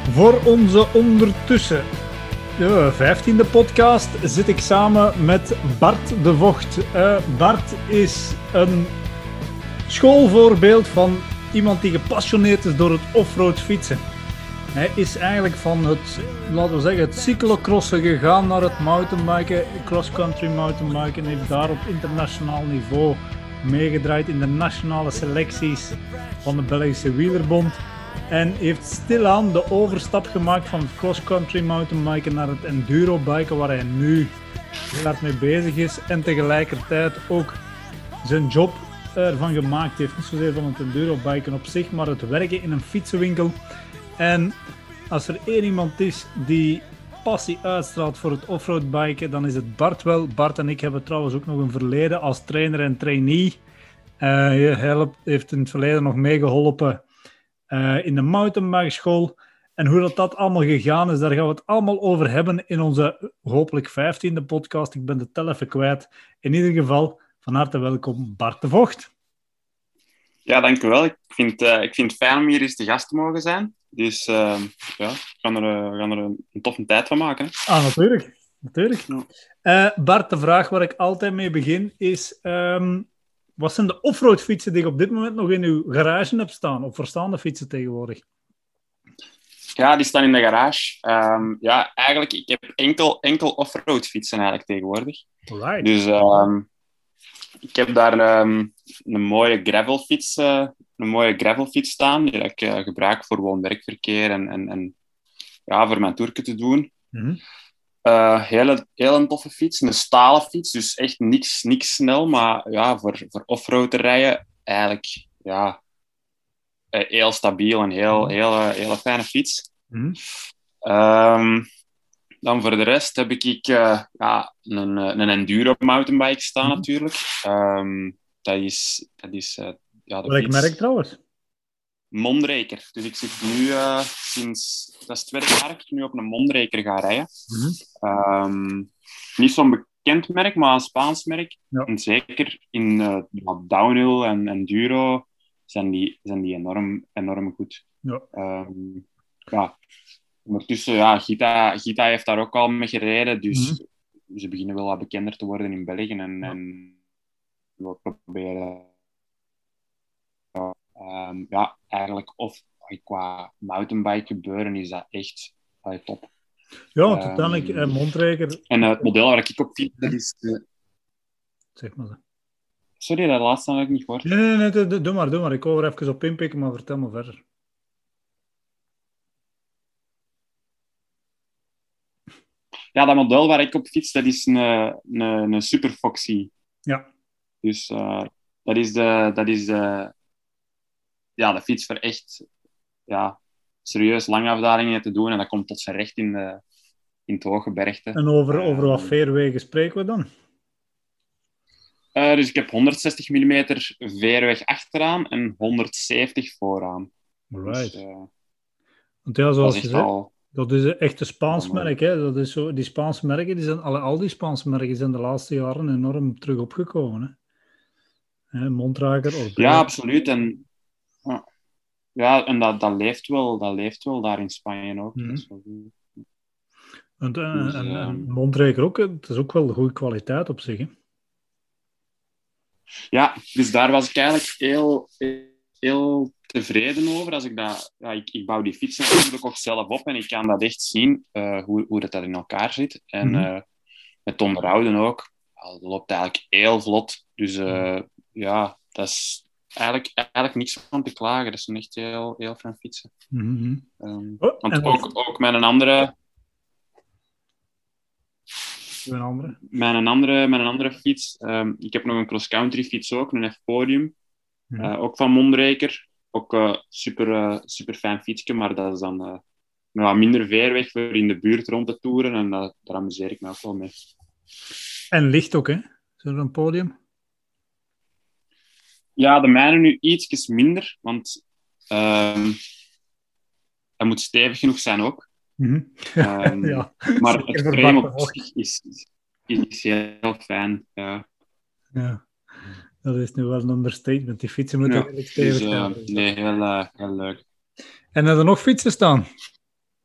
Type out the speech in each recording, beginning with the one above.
Voor onze ondertussen 15e podcast zit ik samen met Bart de Vocht. Bart is een schoolvoorbeeld van iemand die gepassioneerd is door het offroad fietsen. Hij is eigenlijk van het cyclocrossen gegaan naar het mountainbiken, cross-country mountainbiken, en heeft daar op internationaal niveau meegedraaid in de nationale selecties van de Belgische Wielerbond. En heeft stilaan de overstap gemaakt van het cross-country mountainbiken naar het enduro-biken, waar hij nu heel hard mee bezig is. En tegelijkertijd ook zijn job ervan gemaakt heeft. Niet zozeer van het enduro-biken op zich, maar het werken in een fietsenwinkel. En als er één iemand is die passie uitstraalt voor het offroad-biken, dan is het Bart wel. Bart en ik hebben trouwens ook nog een verleden als trainer en trainee. Hij heeft in het verleden nog meegeholpen in de mountainbikeschool. En hoe dat allemaal gegaan is, daar gaan we het allemaal over hebben in onze hopelijk 15e podcast. Ik ben de tel even kwijt. In ieder geval, van harte welkom Bart de Vocht. Ja, dank u wel. Ik vind het fijn om hier eens te gast te mogen zijn. Dus we gaan er een toffe tijd van maken. Hè? Natuurlijk. Ja. Bart, de vraag waar ik altijd mee begin is... wat zijn de offroadfietsen die je op dit moment nog in uw garage hebt staan? Of verstaande fietsen tegenwoordig? Ja, die staan in de garage. Eigenlijk, ik heb enkel offroad fietsen eigenlijk tegenwoordig. Alright. Dus ik heb daar een mooie gravelfiets staan, die ik gebruik voor woon-werkverkeer en voor mijn toerken te doen. Mm-hmm. Heel toffe fiets, een stalen fiets, dus echt niks snel, maar ja, voor offroad te rijden, eigenlijk heel stabiel en heel fijne fiets. Mm-hmm. Dan voor de rest heb ik een enduro mountainbike staan natuurlijk. Dat is de Welk fiets. merk trouwens? Mondraker. Dus ik zit nu dat is het tweede jaar dat ik nu op een Mondraker ga rijden. Mm-hmm. Niet zo'n bekend merk, maar een Spaans merk. Ja. En zeker in downhill en enduro zijn die enorm goed. Ja. Ondertussen, Gita heeft daar ook al mee gereden, dus ze beginnen wel wat bekender te worden in België. En we proberen eigenlijk qua mountainbike gebeuren is dat echt top. Ja, want uiteindelijk Mondraker... En het model waar ik op fiets, dat is... Zeg maar zo. Sorry, dat laatste had ik niet gehoord. Nee, doe maar. Ik wou er even op inpikken, maar vertel me verder. Ja, dat model waar ik op fiets, dat is een Super Foxy. Ja. Dus dat is de fiets voor echt serieus lange afdalingen te doen. En dat komt tot zijn recht in het hooggebergte. En over wat veerwegen spreken we dan? Dus ik heb 160 mm veerweg achteraan en 170 vooraan. Right. Dus, want ja, zoals je zegt, al... dat is echt een Spaans merk. Hè? Dat is zo, die Spaanse merken, al die Spaanse merken zijn de laatste jaren enorm terug opgekomen. Hè? Mondraker, Orbea. Ja, absoluut. En dat leeft wel daar in Spanje ook. Mm-hmm. Dat is wel goed. En Mondraker ook, het is ook wel de goede kwaliteit op zich. Hè? Ja, dus daar was ik eigenlijk heel tevreden over. Als ik bouw die fiets natuurlijk ook zelf op en ik kan dat echt zien hoe dat in elkaar zit. En met onderhouden ook. Dat loopt eigenlijk heel vlot. Dus dat is eigenlijk niks van te klagen. Dat zijn echt heel fijn fietsen. Mm-hmm. Want ook met een andere... Mijn andere fiets. Ik heb nog een cross-country fiets ook, een F-podium. Ook van Mondraker. Ook super fijn fietsje, maar dat is dan wat minder veerweg voor in de buurt rond te toeren. En daar amuseer ik me ook wel mee. En licht ook, hè? Zo'n podium? Ja, de mijne nu ietsjes minder, want hij moet stevig genoeg zijn ook. Mm-hmm. Maar het frame op zich is heel fijn. Ja. Dat is nu wel een understatement. Die fietsen moeten redelijk stevig zijn. Nee, heel leuk. En er nog fietsen staan?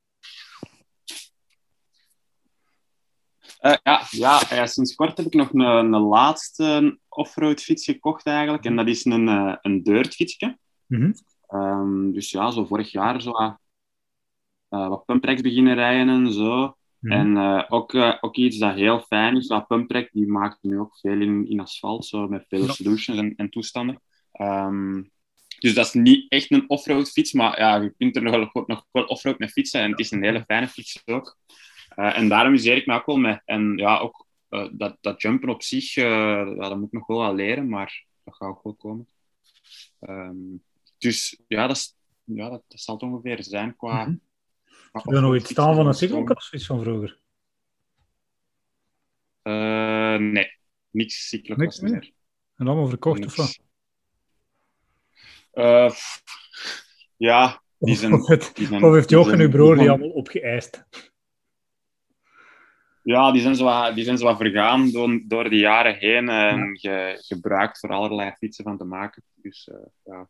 Sinds kort heb ik nog een laatste offroad fiets gekocht eigenlijk. En dat is een deurtfietsje. Dus ja, zo vorig jaar zo wat pumpracks beginnen rijden en zo. En ook iets dat heel fijn is. Dat pumprack die maakt nu ook veel in asfalt, zo met veel solutions en toestanden. Dus dat is niet echt een offroad fiets, maar ja, je kunt er nog wel offroad mee fietsen. En het is een hele fijne fiets ook. En daar amuseer ik me ook wel mee. En ja, ook dat jumpen op zich, dat moet ik nog wel leren, maar dat gaat ook wel komen. Dus ja, dat zal het ongeveer zijn qua... Heb je nog iets staan van een cyclocrossfiets van vroeger? Nee, niks cyclocross meer. En allemaal verkocht of wat? Ja, of heeft Jochen, uw broer, die allemaal opgeëist? Ja, die zijn zo wat vergaan door de jaren heen en gebruikt voor allerlei fietsen van te maken. Dus ja.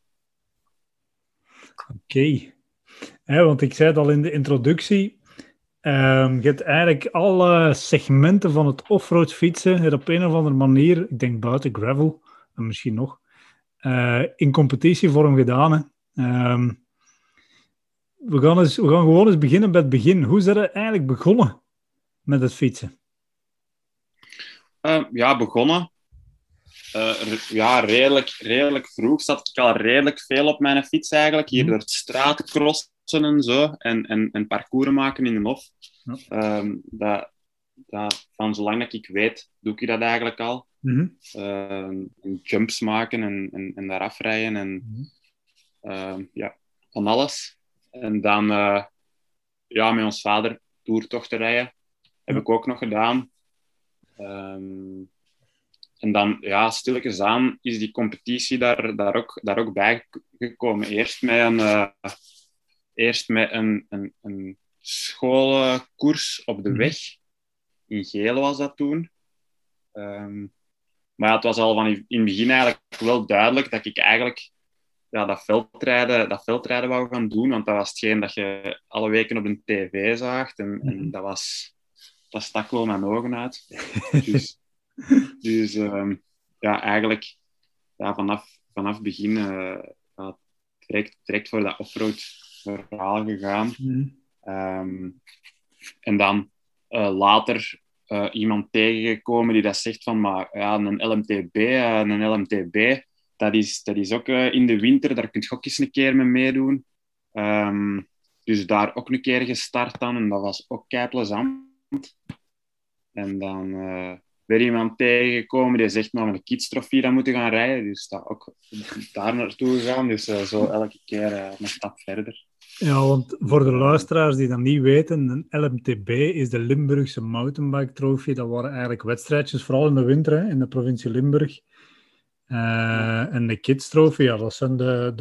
Oké. Want ik zei het al in de introductie. Je hebt eigenlijk alle segmenten van het offroad fietsen op een of andere manier, ik denk buiten gravel, en misschien nog, in competitievorm gedaan. Hè. We gaan gewoon eens beginnen bij het begin. Hoe is dat eigenlijk begonnen met het fietsen? Begonnen. Redelijk vroeg zat ik al redelijk veel op mijn fiets eigenlijk. Hier door het straatcrossen en zo. En parcours maken in de hof. Van zolang dat ik weet, doe ik dat eigenlijk al. Jumps maken en daar afrijden. En van alles. En dan met ons vader toertochten rijden. Heb ik ook nog gedaan. En dan, stilletjes aan, is die competitie daar ook bij gekomen. Eerst met een schoolkoers op de weg. In Geel was dat toen. Maar het was al van in het begin eigenlijk wel duidelijk dat ik eigenlijk dat veldrijden wou gaan doen. Want dat was hetgeen dat je alle weken op een tv zag. En dat stak wel mijn ogen uit. Dus eigenlijk vanaf begin direct voor dat offroad verhaal gegaan. En dan later iemand tegengekomen die dat zegt van een LMTB, dat is ook in de winter, daar kun je ook eens een keer mee meedoen. Dus daar ook een keer gestart dan en dat was ook keiplezant. En dan weer iemand tegengekomen die zegt een kidstrofie dat moeten gaan rijden. Dus dat ook daar naartoe gegaan. Dus zo elke keer een stap verder. Ja, want voor de luisteraars die dat niet weten, een LMTB is de Limburgse Mountainbike Trophy. Dat waren eigenlijk wedstrijdjes, vooral in de winter, in de provincie Limburg. En de Kids Trophy, dat zijn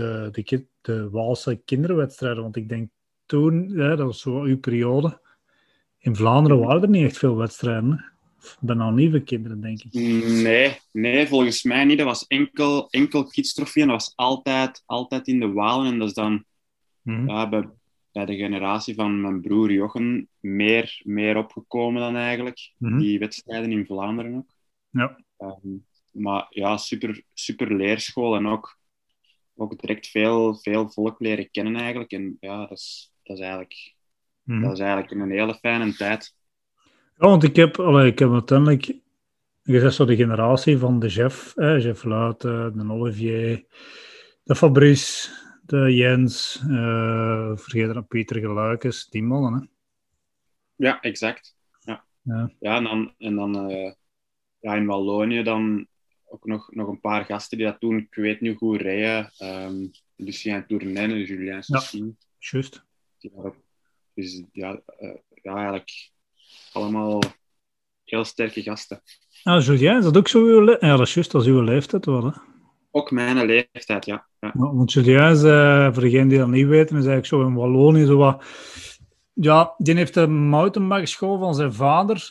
de Waalse kinderwedstrijden. Want ik denk toen, dat was zo uw periode, in Vlaanderen waren er niet echt veel wedstrijden. Hè? Bijna niet voor kinderen, denk ik. Nee, volgens mij niet. Dat was enkel Kids Trophy en dat was altijd in de Walen. En dat is dan bij de generatie van mijn broer Jochen meer opgekomen dan eigenlijk. Die wedstrijden in Vlaanderen ook. Ja. Maar ja, super leerschool en ook direct veel volk leren kennen eigenlijk. En ja, dat is eigenlijk een hele fijne tijd. Ja, want ik heb uiteindelijk, je zegt zo de generatie van de Jeff Luit, de Olivier, de Fabrice, de Jens, vergeet dan Pieter Geluikes, die mannen, hè? Ja, exact. Ja, en dan in Wallonië dan ook nog een paar gasten die dat toen, ik weet niet hoe goed rijden. Lucien Tournen, Julien Sassine. Juist. Dus eigenlijk allemaal heel sterke gasten. Julien, is dat ook zo uw leeftijd? Ja, dat is juist, als uw leeftijd wel, hè? Ook mijn leeftijd, ja. Want Julien is, voor degenen die dat niet weten, is eigenlijk zo in Wallonië zo wat... Ja, die heeft de mountainbike school van zijn vader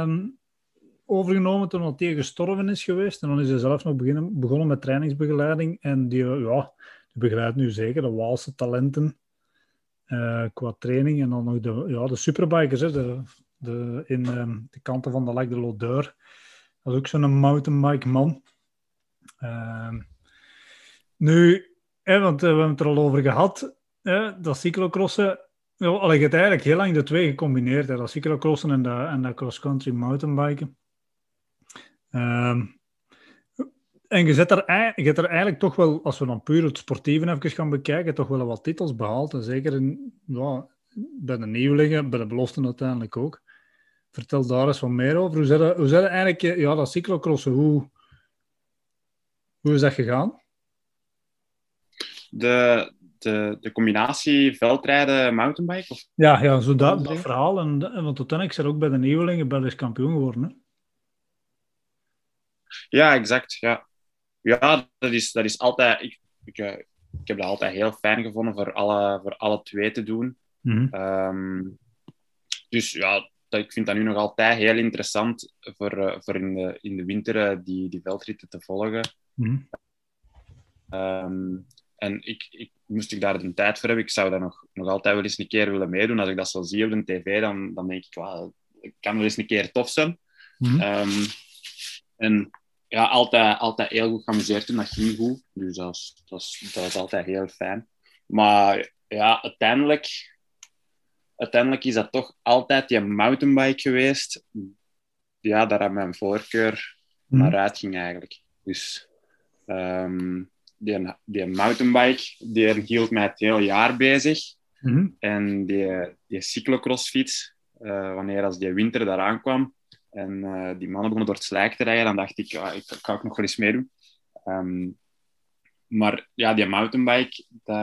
overgenomen toen hij gestorven is geweest. En dan is hij zelf nog begonnen met trainingsbegeleiding. En die begeleidt nu zeker de Waalse talenten qua training. En dan nog de superbikers, hè, in de kanten van de Lac de Lodeur. Dat is ook zo'n mountainbike man. Nu, want we hebben het er al over gehad, dat cyclocrossen, al ik het eigenlijk heel lang de twee gecombineerd, dat cyclocrossen en dat cross-country mountainbiken. En je hebt er eigenlijk toch wel, als we dan puur het sportieve even gaan bekijken, toch wel wat titels behaald. En zeker bij de nieuwelingen, bij de beloften uiteindelijk ook. Vertel daar eens wat meer over. Hoe is dat eigenlijk, dat cyclocrossen, hoe is dat gegaan? De combinatie veldrijden mountainbike? Of... Ja, zo dat verhaal. Want uiteindelijk is er ook bij de nieuwelingen Belgisch kampioen geworden. Hè? Ja, exact. Ja, dat is altijd... Ik heb dat altijd heel fijn gevonden voor alle twee te doen. Mm-hmm. Dus ja, ik vind dat nu nog altijd heel interessant voor in de winter die veldritten te volgen. Mm-hmm. En moest ik daar de tijd voor hebben, ik zou dat nog altijd wel eens een keer willen meedoen. Als ik dat zo zie op de tv, dan denk ik, wow, het kan wel eens een keer tof zijn. Mm-hmm. En ja, altijd heel goed geamuseerd toen, dat ging goed. Dus dat is altijd heel fijn. Maar ja, uiteindelijk is dat toch altijd die mountainbike geweest. Ja, daar mijn voorkeur naar uitging eigenlijk. Dus die mountainbike, die hield mij het hele jaar bezig. Mm-hmm. En die cyclocrossfiets, wanneer als die winter daaraan kwam en die mannen begonnen door het slijk te rijden, dan dacht ik, ik ga ook nog wel eens meedoen. Maar ja, die mountainbike,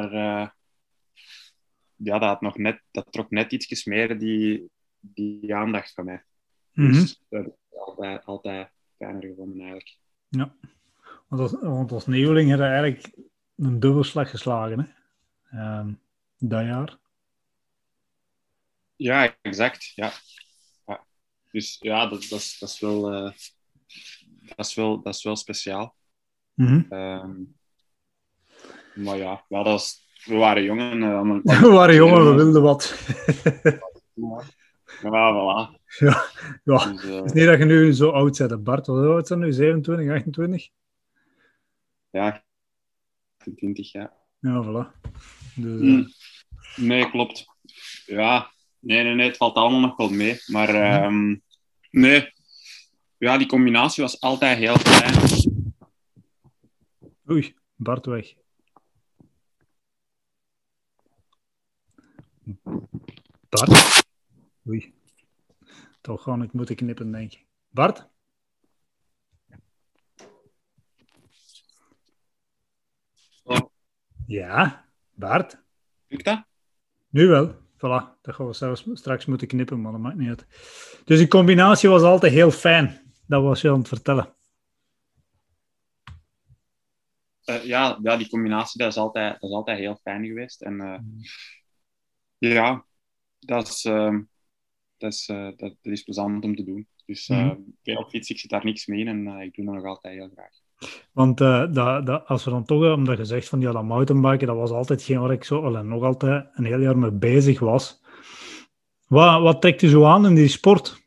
dat trok net ietsjes meer die aandacht van mij. Mm-hmm. Dus dat heb ik altijd fijner gevonden eigenlijk. Ja, want als nieuweling heb je eigenlijk een dubbelslag geslagen, hè? Dat jaar. Ja, exact. Ja. Dus ja, dat is wel speciaal. Mm-hmm. Maar ja, we waren jongen. We waren jongen, we wilden wat. Ja, voilà. Ja. Dus, het is niet dat je nu zo oud bent, Bart. Wat oud zijn nu? 27, 28? Ja, 28, ja. Ja, voilà. Dus, Nee, klopt. Ja, nee, het valt allemaal nog wel mee. Maar nee, ja, die combinatie was altijd heel fijn. Oei, Bart weg. Bart? Oei. Toch gewoon, ik moet knippen, denk ik. Bart? Oh. Ja, Bart? Lukt dat? Nu wel. Voilà, dat gaan we zelfs straks moeten knippen, maar dat maakt niet uit. Dus die combinatie was altijd heel fijn. Dat was je aan het vertellen. Ja, die combinatie dat is altijd heel fijn geweest. En ja, dat is plezant om te doen. Dus veel fiets, ik zit daar niks mee in en ik doe dat nog altijd heel graag. Want als we dan toch, omdat je zegt van dat mountainbiken, dat was altijd geen waar ik zo nog altijd een heel jaar mee bezig was. Wat trekt je zo aan in die sport?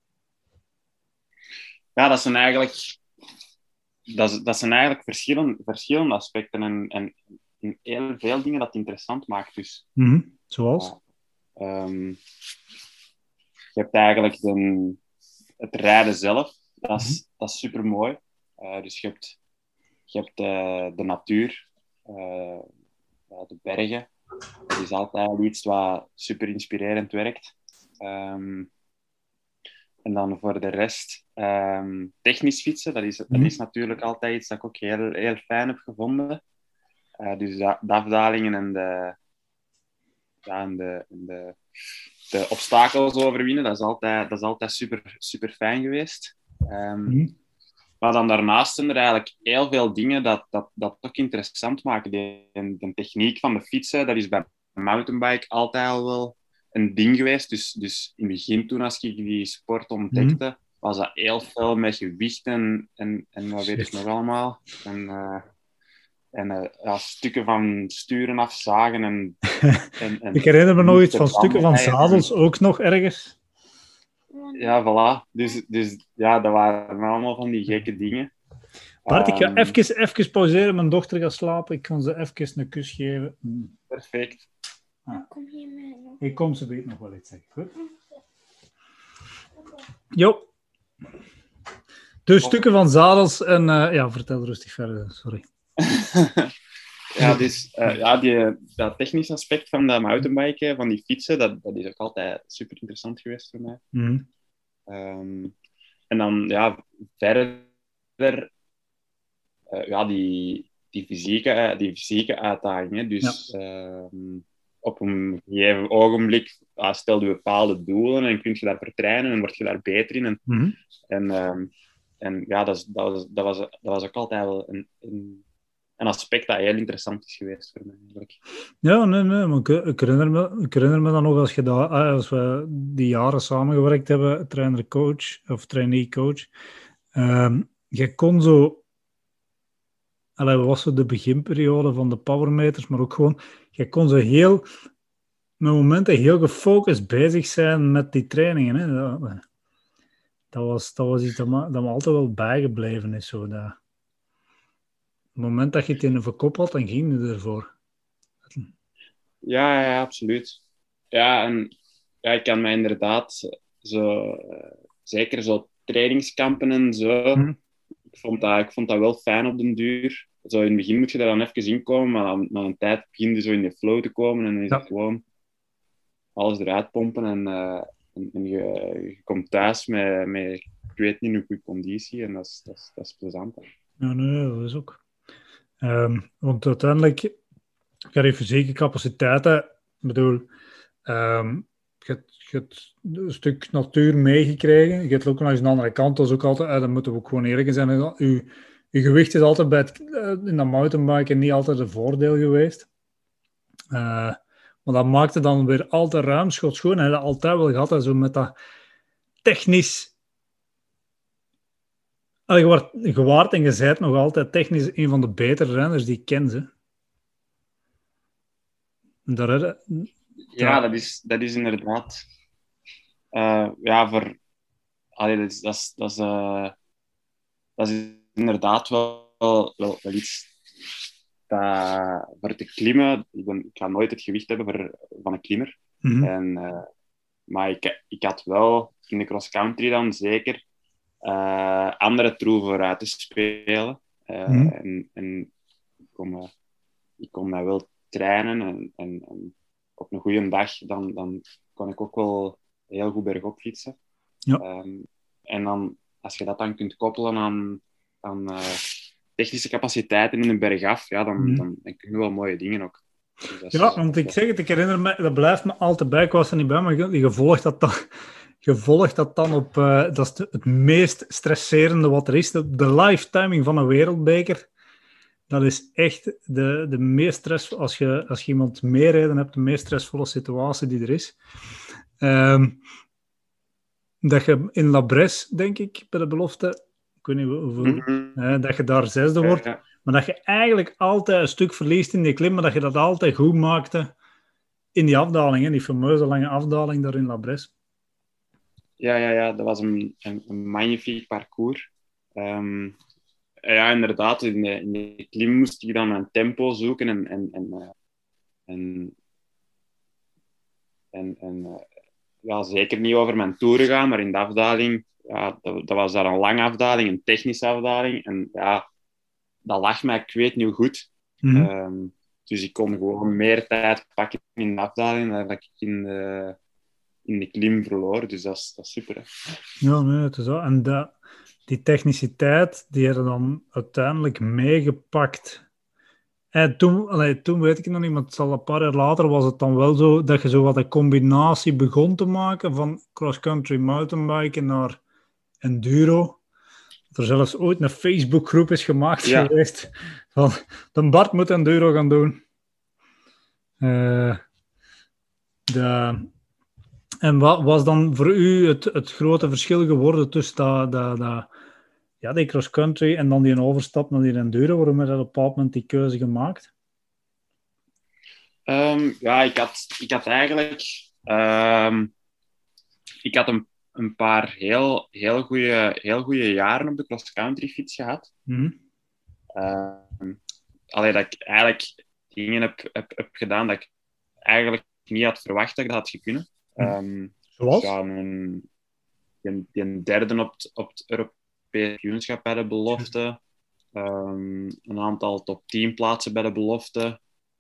Ja, dat zijn eigenlijk verschillende aspecten en in heel veel dingen dat het interessant maakt. Dus, zoals? Je hebt eigenlijk het rijden zelf, dat is super mooi. Dus je hebt de natuur, de bergen. Dat is altijd iets wat super inspirerend werkt. En dan voor de rest, technisch fietsen, dat is natuurlijk altijd iets dat ik ook heel, heel fijn heb gevonden. Dus de afdalingen en de obstakels overwinnen, dat is altijd super, super fijn geweest. Maar dan daarnaast zijn er eigenlijk heel veel dingen dat toch interessant maken. De techniek van de fietsen, dat is bij mountainbike altijd al wel een ding geweest. Dus in het begin, toen als ik die sport ontdekte, was dat heel veel met gewicht en wat weet ik nog allemaal. En stukken van sturen afzagen. En ik herinner me nog iets van stukken van zadels ook nog ergens. Ja, voilà. Dus ja, dat waren allemaal van die gekke dingen. Bart, ik ga even pauzeren. Mijn dochter gaat slapen. Ik kan ze even een kus geven. Perfect. Kom je mee? Ik kom ze weet nog wel iets zeggen. Goed? Jo. Dus stukken van zadels en... ja, vertel rustig verder. Sorry. Ja, dus dat technische aspect van dat mountainbiken, van die fietsen, dat is ook altijd super interessant geweest voor mij. Mm. En dan, ja, verder, die fysieke uitdagingen. Dus op een gegeven ogenblik stel je bepaalde doelen en kun je daarvoor trainen en word je daar beter in. En ja, dat was ook altijd wel een aspect dat heel interessant is geweest voor mij, eigenlijk. Ja, nee, maar ik herinner me dan nog als we die jaren samengewerkt hebben, trainer-coach of trainee-coach. Je kon zo... was zo de beginperiode van de powermeters, maar ook gewoon... Je kon zo met momenten heel gefocust bezig zijn met die trainingen. Hè. Dat was iets dat me altijd wel bijgebleven is. Zo, dat... Op het moment dat je het in een verkop had, dan ging je ervoor. Ja, absoluut. Ja, en ja, ik kan mij inderdaad zeker zo trainingskampen en zo. Ik vond dat wel fijn op den duur. Zo in het begin moet je daar dan even in komen, maar na een tijd begin je zo in de flow te komen en dan is het gewoon alles eruit pompen en je komt thuis met ik weet niet hoe goede conditie en dat is plezant. Ja, nee, dat is ook. Want uiteindelijk, je hebt fysieke capaciteiten. Ik bedoel, je hebt een stuk natuur meegekregen. Je hebt ook nog eens een andere kant. Dat is ook altijd, daar moeten we ook gewoon eerlijk zijn. Je gewicht is altijd in dat mountainbiken niet altijd een voordeel geweest. Maar dat maakte dan weer altijd ruimschoots gewoon. En dat altijd wel gehad, zo met dat technisch... Je waart en je bent nog altijd technisch een van de betere renners die ik ken. Ze. Ja, dat is inderdaad... ja, voor... Allee, dat is inderdaad wel iets... voor te klimmen... Ik ga nooit het gewicht hebben van een klimmer. Mm-hmm. Maar ik had wel in de cross-country dan zeker... andere troeven vooruit te spelen. En ik kon mij wel trainen en op een goede dag dan kon ik ook wel heel goed bergop fietsen. Ja. En dan, als je dat dan kunt koppelen aan technische capaciteiten in een bergaf, ja, dan kun je wel mooie dingen ook. Dus ja, want ik zeg het, ik herinner me, dat blijft me altijd bij, ik was er niet bij, maar je volgt dat dan op... dat is het meest stresserende wat er is. De live timing van een wereldbeker. Dat is echt de meest stressvolle... Als je iemand meereden hebt, de meest stressvolle situatie die er is. Dat je in La Bresse, denk ik, bij de belofte... Ik weet niet hoeveel... dat je daar 6e wordt. Ja. Maar dat je eigenlijk altijd een stuk verliest in die klim, maar dat je dat altijd goed maakte in die afdaling. Hè, die fameuze lange afdaling daar in La Bresse. Ja, dat was een magnifiek parcours. Ja, inderdaad, in de klim moest ik dan een tempo zoeken en ja, zeker niet over mijn toeren gaan, maar in de afdaling, ja, dat was daar een lange afdaling, een technische afdaling. En ja, dat lag mij, ik weet niet hoe goed. Mm-hmm. Dus ik kon gewoon meer tijd pakken in de afdaling dan dat ik in de klim verloor, dus dat is super. Hè. Ja, nee, het is zo. En die techniciteit, die hebben dan uiteindelijk meegepakt. En toen weet ik nog niet, maar het zal een paar jaar later was het dan wel zo dat je zo wat een combinatie begon te maken van cross-country mountainbiken naar enduro. Dat er zelfs ooit een Facebookgroep is gemaakt geweest van de Bart moet enduro gaan doen. En wat was dan voor u het grote verschil geworden tussen die cross-country en dan die overstap naar die enduro? Waarom heb je op een bepaald moment die keuze gemaakt? Ja, ik had eigenlijk... ik had een paar heel goede jaren op de cross-country fiets gehad. Allee, dat ik eigenlijk dingen heb gedaan dat ik eigenlijk niet had verwacht dat ik dat had gekund. Zoals? Ja, die derde op het Europees kampioenschap bij de belofte. Een aantal top 10 plaatsen bij de belofte.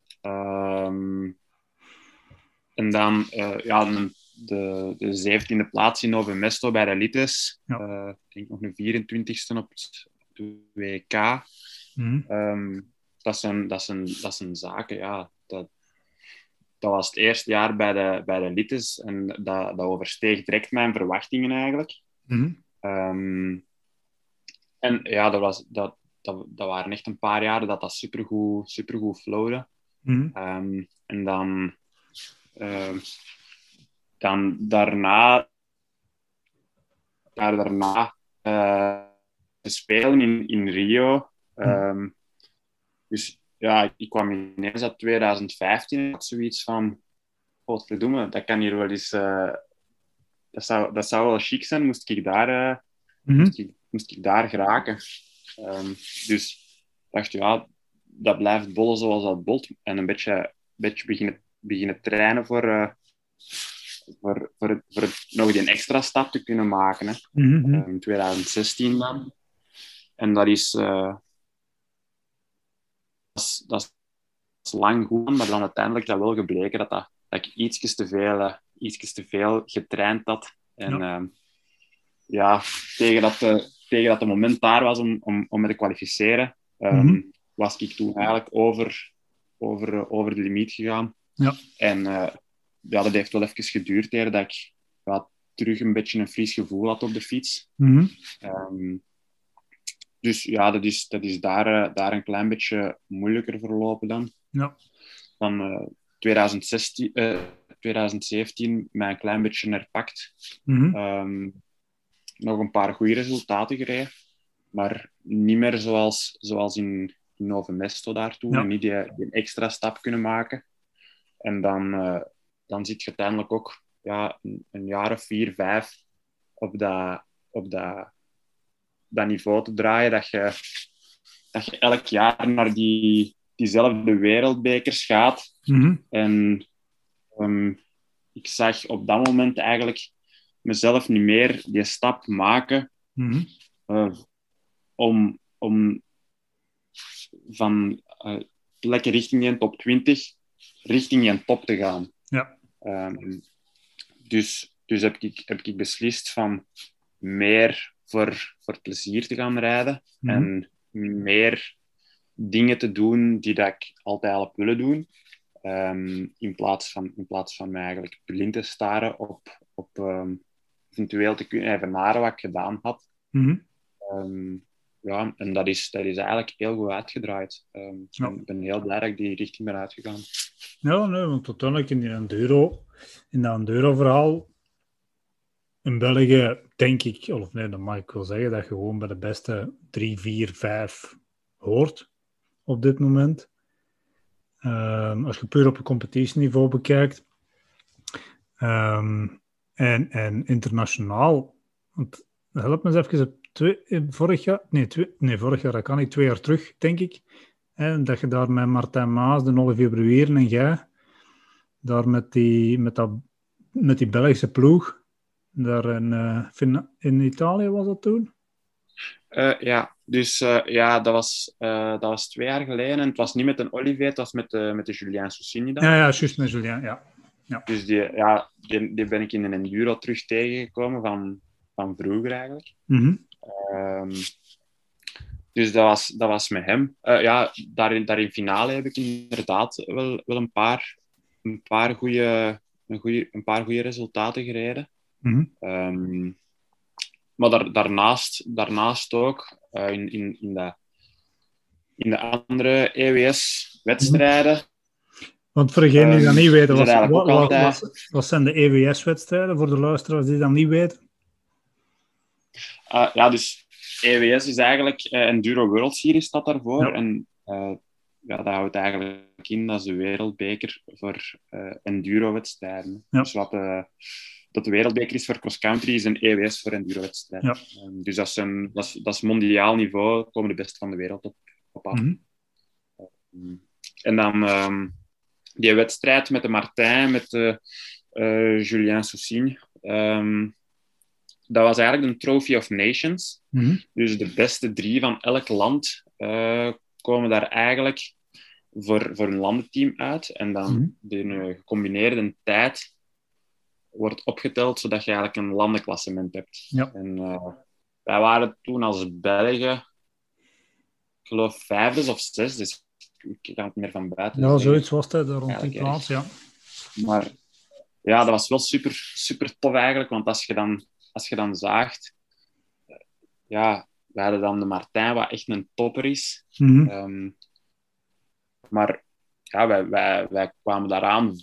En dan de 17e plaats in Nove Mesto bij de Elites. Ja. Ik denk nog een 24e op het WK. Dat zijn zaken, ja. Dat was het eerste jaar bij de Elites en dat oversteeg direct mijn verwachtingen eigenlijk. En ja, dat waren echt een paar jaren dat supergoed flowde. En dan daarna te spelen in Rio. Dus ja, ik kwam ineens uit 2015 en had zoiets van, godverdomme, dat kan hier wel eens... dat zou wel chic zijn, moest ik daar geraken. Dus ik dacht, ja, dat blijft bollen zoals dat bolt. En een beetje beginnen trainen voor nog die extra stap te kunnen maken. Hè. In 2016 dan. En dat is lang goed, maar dan uiteindelijk is dat wel gebleken dat ik ietsjes te veel getraind had. En tegen dat het moment daar was om me te kwalificeren, was ik toen eigenlijk over de limiet gegaan. Ja. En dat heeft wel even geduurd dat ik terug een beetje een fris gevoel had op de fiets. Dus ja, dat is daar een klein beetje moeilijker verlopen dan. Ja. Van 2017 mij een klein beetje herpakt. Nog een paar goede resultaten gereden. Maar niet meer zoals in Nove Mesto daartoe. Ja. En niet die extra stap kunnen maken. En dan zit je uiteindelijk ook een jaar of 4, 5 op dat niveau te draaien. Dat je elk jaar naar diezelfde wereldbekers gaat. En ik zag op dat moment eigenlijk mezelf niet meer die stap maken om van lekker richting die top 20 richting die top te gaan. Ja. Dus heb ik beslist van meer voor plezier te gaan rijden en meer dingen te doen die dat ik altijd al heb willen doen. In plaats van mij eigenlijk blind te staren op eventueel te kunnen evenaren wat ik gedaan had. En dat is eigenlijk heel goed uitgedraaid. Ik ben heel blij dat ik die richting ben uitgegaan. Ja, nee, want uiteindelijk in dat enduro-verhaal in België, denk ik, of nee, dat mag ik wel zeggen, dat je gewoon bij de beste 3, 4, 5 hoort op dit moment. Als je puur op een competitieniveau bekijkt. En internationaal, want help me eens even, vorig jaar, dat kan niet, 2 jaar terug, denk ik. Dat je daar met Martijn Maas, de Olivier Bruieren en jij, daar met die Belgische ploeg, daar in Italië was dat toen? Dat was 2 jaar geleden. En het was niet met een Olivier, het was met de Julien Sousigny dan. Ja, juist met Julien, ja. Dus die ben ik in een enduro terug tegengekomen van vroeger eigenlijk. Dus dat was met hem. Daar in finale heb ik inderdaad wel een paar goede resultaten gereden. Maar daarnaast ook in de andere EWS-wedstrijden. Want voor degenen die dat niet weten, wat zijn de EWS-wedstrijden voor de luisteraars die dat niet weten? Dus EWS is eigenlijk Enduro World Series staat daarvoor. Ja. En dat houdt eigenlijk in, dat is de wereldbeker voor enduro-wedstrijden. Ja. Dus dat de wereldbeker is voor cross-country, is een EWS voor enduro-wedstrijd. Ja. Dus dat is mondiaal niveau, komen de beste van de wereld op af. En dan die wedstrijd met de Martin, met de Julien Soussigne, dat was eigenlijk een Trophy of Nations. Dus de beste 3 van elk land komen daar eigenlijk voor een landenteam uit. En dan de gecombineerde tijd wordt opgeteld, zodat je eigenlijk een landenklassement hebt. Ja. En wij waren toen als Belgen, ik geloof 5e of 6e, dus ik kan het meer van buiten Ja, zeggen. zoiets was het, rond die plaats, ja. Maar ja, dat was wel super, super tof eigenlijk, want als je dan zaagt, ja, we hadden dan de Martin, wat echt een topper is. Maar ja, wij kwamen daaraan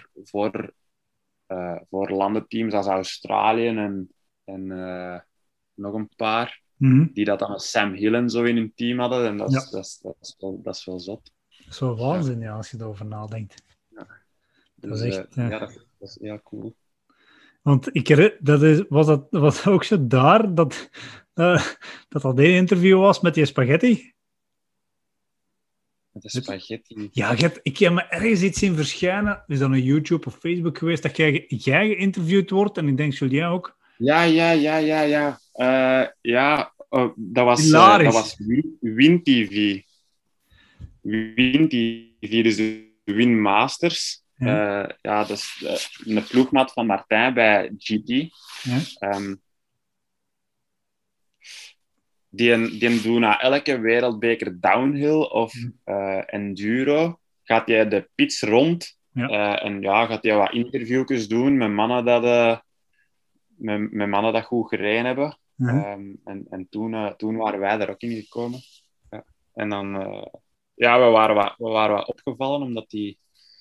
voor landenteams als Australië en nog een paar, die dat dan met Sam Hill en zo in hun team hadden. En dat is wel zot. Dat is wel waanzin, ja, als je erover nadenkt. Ja. Dus, dat is echt... dat is heel cool. Want was ook zo daar dat één interview was met die spaghetti? Met de spaghetti. Ja, ik heb me ergens iets zien verschijnen. Is dat een YouTube of Facebook geweest dat jij geïnterviewd wordt? En ik denk Julien ook. Ja. Dat was Win TV. Win TV, dus de Win Masters. Dat is een ploegmaat van Martin bij GT. Die doen na elke wereldbeker downhill of enduro, gaat hij de pits rond en gaat hij wat interviewjes doen met mannen dat goed gereden hebben. En toen waren wij daar ook in gekomen. Ja. En dan we waren wat opgevallen, omdat die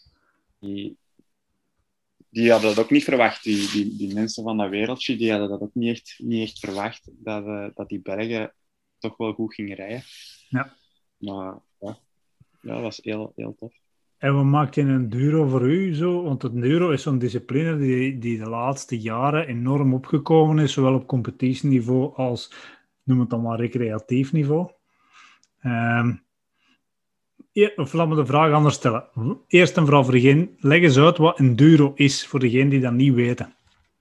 hadden dat ook niet verwacht. Die mensen van dat wereldje, die hadden dat ook niet echt verwacht, dat die Belgen toch wel goed gingen rijden. Ja. Maar dat was heel, heel tof. En wat maakt een enduro voor u zo? Want het enduro is zo'n discipline die de laatste jaren enorm opgekomen is, zowel op competitieniveau als, noem het dan maar, recreatief niveau. Of laat me de vraag anders stellen. Eerst en vooral voor degene, leg eens uit wat enduro is, voor degenen die dat niet weten.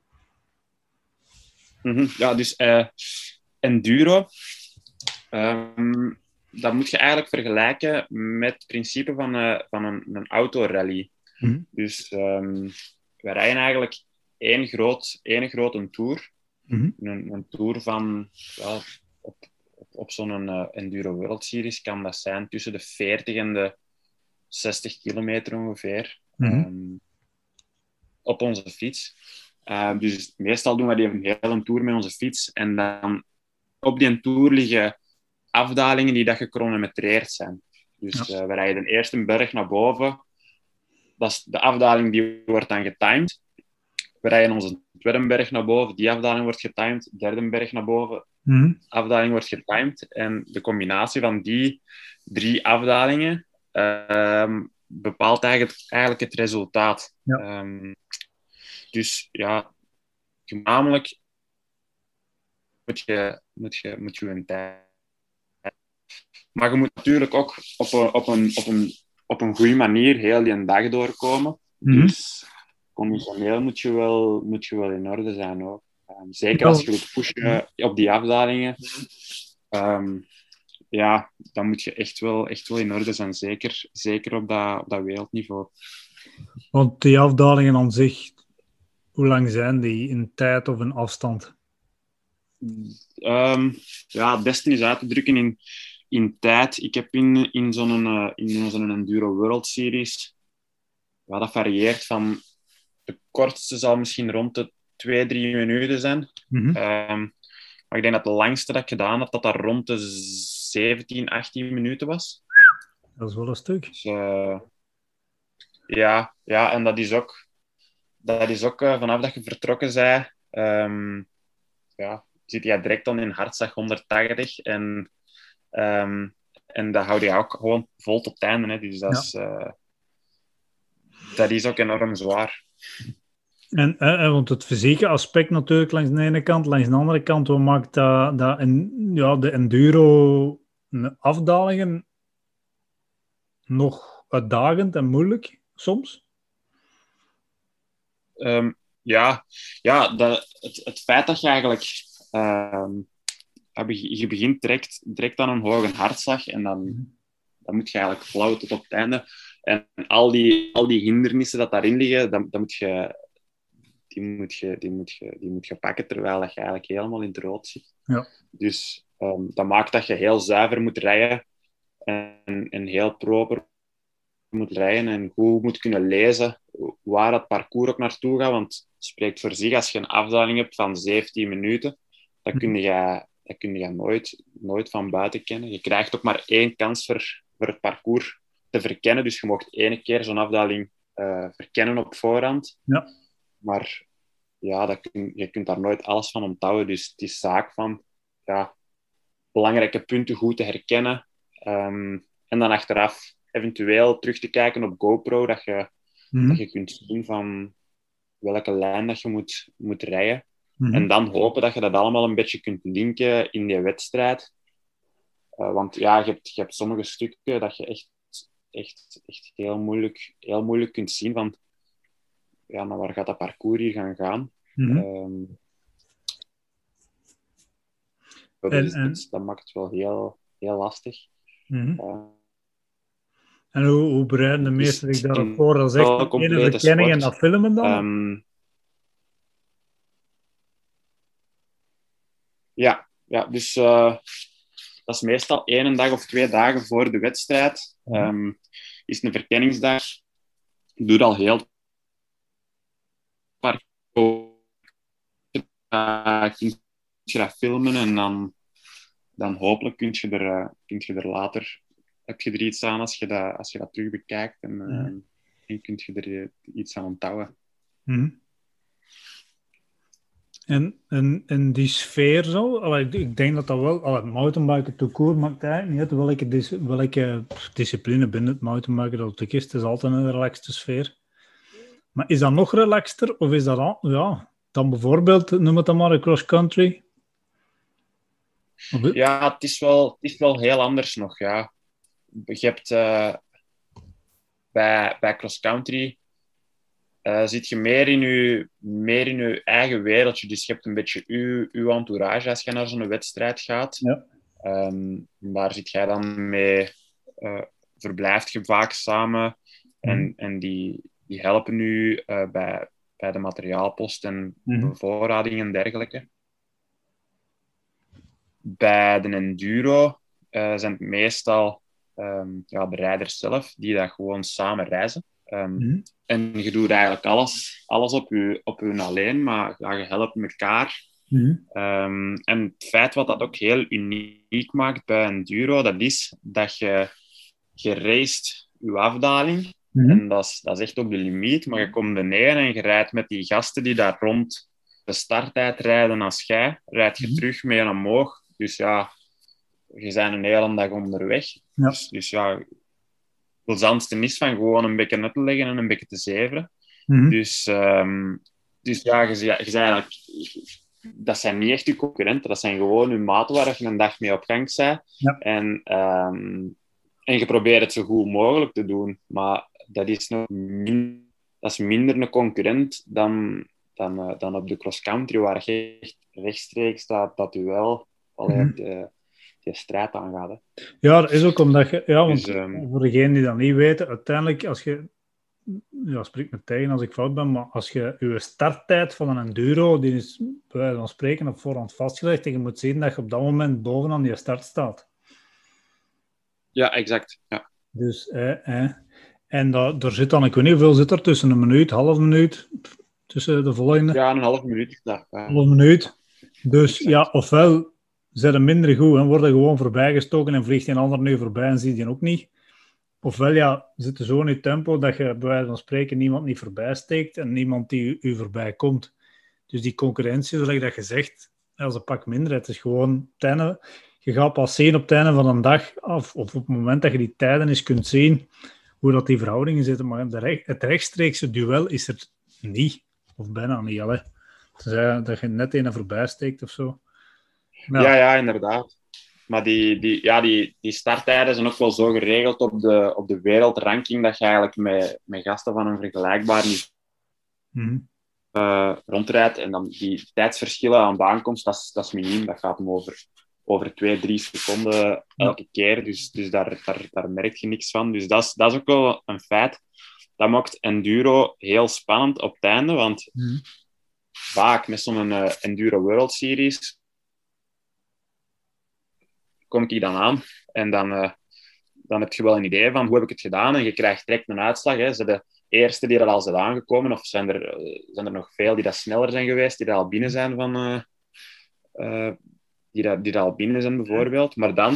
Ja, dus enduro, dat moet je eigenlijk vergelijken met het principe van een autorally. Dus we rijden eigenlijk één grote tour. Een tour van... Op zo'n Enduro World Series kan dat zijn tussen de 40 en de 60 kilometer ongeveer. Op onze fiets. Dus meestal doen we die hele tour met onze fiets. En dan op die tour liggen afdalingen die dat gechronometreerd zijn. Dus we rijden eerst een berg naar boven. Dat is de afdaling die wordt dan getimed. We rijden onze tweede berg naar boven. Die afdaling wordt getimed. Derde berg naar boven. Afdaling wordt getimed. En de combinatie van die 3 afdalingen bepaalt eigenlijk het resultaat. Ja. Dus ja, gezamenlijk moet je een tijd. Maar je moet natuurlijk ook op een goede manier heel die dag doorkomen. Dus conditioneel moet je wel in orde zijn ook. Zeker als je wilt pushen op die afdalingen. Dan moet je echt wel in orde zijn. Zeker op dat wereldniveau. Want die afdalingen aan zich, hoe lang zijn die in tijd of in afstand? Het beste is uit te drukken in tijd. Ik heb in zo'n Enduro World Series, dat varieert van de kortste zal misschien rond de 2-3 minuten zijn. Maar ik denk dat de langste dat ik gedaan had, dat rond de 17, 18 minuten was. Dat is wel een stuk. Dus, en dat is ook vanaf dat je vertrokken bent, zit je direct dan in hartslag 180 en dat houd je ook gewoon vol tot het einde. Hè. Dus dat is ook enorm zwaar. Want het fysieke aspect natuurlijk langs de ene kant, langs de andere kant, wat maakt de enduro afdalingen nog uitdagend en moeilijk soms? Het feit dat je eigenlijk... je begint direct aan een hoge hartslag en dan moet je eigenlijk flauwen tot op het einde. En al die hindernissen dat daarin liggen, die moet je pakken terwijl dat je eigenlijk helemaal in het rood zit. Ja. Dus dat maakt dat je heel zuiver moet rijden en heel proper moet rijden en goed moet kunnen lezen waar dat parcours ook naartoe gaat. Want het spreekt voor zich, als je een afdaling hebt van 17 minuten, dan kun je nooit van buiten kennen. Je krijgt ook maar 1 kans voor het parcours te verkennen. Dus je mocht 1 keer zo'n afdaling verkennen op voorhand. Ja. Maar ja, je kunt daar nooit alles van onthouden. Dus het is zaak van belangrijke punten goed te herkennen. En dan achteraf eventueel terug te kijken op GoPro, dat je kunt zien van welke lijn dat je moet rijden. En dan hopen dat je dat allemaal een beetje kunt linken in die wedstrijd. Want ja, je hebt sommige stukken dat je echt heel moeilijk kunt zien van naar waar gaat dat parcours hier gaan. Dat maakt het wel heel, heel lastig. En hoe bereiden de meesten zich daarop voor? Dat is echt een ene verkenning en dat filmen dan? Dus dat is meestal 1 dag of 2 dagen voor de wedstrijd. Is een verkenningsdag. Ik doe al heel kun je dat filmen en dan hopelijk kun je er later, heb je er iets aan als je dat terug bekijkt en kun je er iets aan onthouden. En die sfeer zo, ik denk dat wel, mountainbiken tout court maakt eigenlijk niet uit welke discipline binnen het mountainbiken dat het is. Het is altijd een relaxte sfeer. Maar is dat nog relaxter of is dat dan bijvoorbeeld, noem het dan maar, een cross-country? Ja, het is wel heel anders nog, ja. Je hebt bij cross-country zit je meer in je eigen wereldje. Dus je hebt een beetje uw entourage als je naar zo'n wedstrijd gaat. Ja. Daar zit jij dan mee, verblijft je vaak samen. En die helpen nu bij de materiaalpost en bevoorrading en dergelijke. Bij de enduro zijn het meestal de rijders zelf die dat gewoon samen reizen. En je doet eigenlijk alles op je alleen, maar je helpt elkaar. En het feit wat dat ook heel uniek maakt bij enduro, dat is dat je racet je afdaling. En dat is echt op de limiet, maar je komt beneden en je rijdt met die gasten die daar rond de starttijd rijden als jij, rijd je terug mee omhoog. Dus ja, je bent een hele dag onderweg. Ja. Dus ja, het plezantste is van gewoon een beetje net te leggen en een beetje te zeveren. Dus ja, je eigenlijk, dat zijn niet echt je concurrenten, dat zijn gewoon je maten waar je een dag mee op gang bent. Ja. En je probeert het zo goed mogelijk te doen, maar dat is minder een concurrent dan op de cross-country, waar je echt rechtstreeks dat duel die strijd aangaat. Hè. Ja, dat is ook omdat je... Ja, want voor degenen die dat niet weten, uiteindelijk als je... Ja, spreek me tegen als ik fout ben, maar als je je starttijd van een enduro, die is bij wijze van spreken op voorhand vastgelegd, en je moet zien dat je op dat moment bovenaan die start staat. Ja, exact. Ja. Dus, en er zit dan, ik weet niet hoeveel zit er tussen, een minuut, half minuut, tussen de volgende? Ja, een half minuut. Ja. Half minuut. Dus ja, ofwel zijn ze minder goed en worden gewoon voorbijgestoken en vliegt een ander nu voorbij en zie je ook niet. Ofwel ja, zitten zo in je tempo dat je bij wijze van spreken niemand niet voorbij steekt en niemand die u voorbij komt. Dus die concurrentie, zoals dat je zegt, als een pak minder. Het is gewoon tijden. Je gaat pas zien op het einde van een dag of op het moment dat je die tijden eens kunt zien hoe dat die verhoudingen zitten. Maar het rechtstreekse duel is er niet. Of bijna niet, allee. Tenzij dat je net een voorbij steekt of zo. Ja, inderdaad. Maar die starttijden zijn ook wel zo geregeld op de wereldranking dat je eigenlijk met gasten van een vergelijkbaar niveau rondrijdt. En dan die tijdsverschillen aan de aankomst, dat is miniem. Dat gaat om over 2-3 seconden elke keer. Dus daar merk je niks van. Dus dat is ook wel een feit. Dat maakt enduro heel spannend op het einde, want vaak met zo'n Enduro World Series kom ik dan aan en dan heb je wel een idee van hoe heb ik het gedaan en je krijgt direct een uitslag. Hè. Zijn de eerste die er al zijn aangekomen of zijn er nog veel die dat sneller zijn geweest, die er al binnen zijn die er al binnen zijn bijvoorbeeld. Maar dan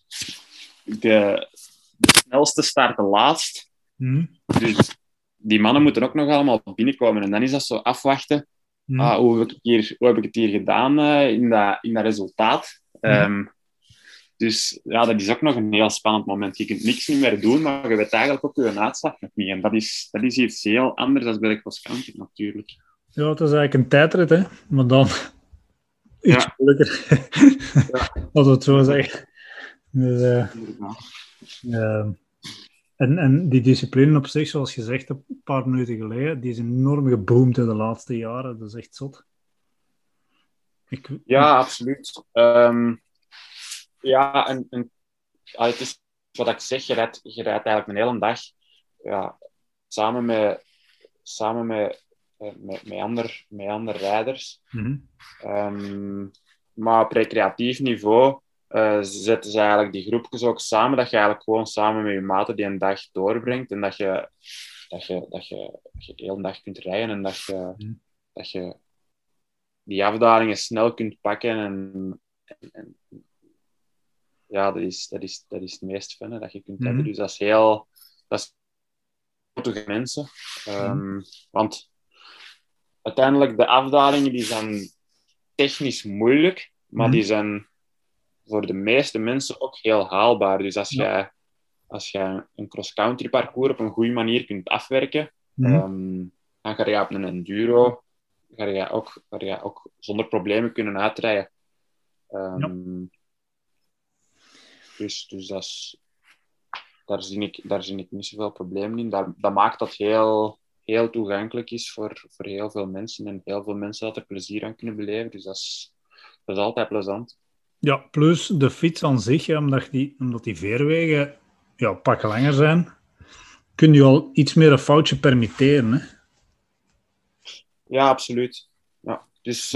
de snelste starten laatst. Dus die mannen moeten ook nog allemaal binnenkomen en dan is dat zo afwachten. Hoe heb ik het hier gedaan in dat resultaat? Dus ja, dat is ook nog een heel spannend moment. Je kunt niks niet meer doen, maar je weet eigenlijk ook je uitslag nog niet. En dat is iets heel anders dan bij de cross-country natuurlijk. Ja, het is eigenlijk een tijdrit, hè. Maar dan iets moeilijker. Als we het zo zeggen. Dus, en die discipline op zich, zoals je zegt een paar minuten geleden, die is enorm geboomd in de laatste jaren. Dat is echt zot. Ja, absoluut. Het is wat ik zeg, je rijdt eigenlijk een hele dag samen met andere rijders. Maar op recreatief niveau zetten ze eigenlijk die groepjes ook samen, dat je eigenlijk gewoon samen met je maten die een dag doorbrengt en dat je heel een dag kunt rijden en dat je die afdalingen snel kunt pakken en ja, dat is het meest fun dat je kunt hebben. Dus dat is voor mensen. Want uiteindelijk, de afdalingen die zijn technisch moeilijk, maar die zijn voor de meeste mensen ook heel haalbaar. Dus als jij een cross-country parcours op een goede manier kunt afwerken, dan ga je op een enduro ga je ook zonder problemen kunnen uitrijden. Dus daar zie ik niet zoveel problemen in. Dat maakt dat heel, heel toegankelijk is voor heel veel mensen. En heel veel mensen dat er plezier aan kunnen beleven. Dus dat is altijd plezant. Ja, plus de fiets aan zich, omdat die veerwegen pak langer zijn, kun je al iets meer een foutje permitteren. Hè? Ja, absoluut. Ja. Dus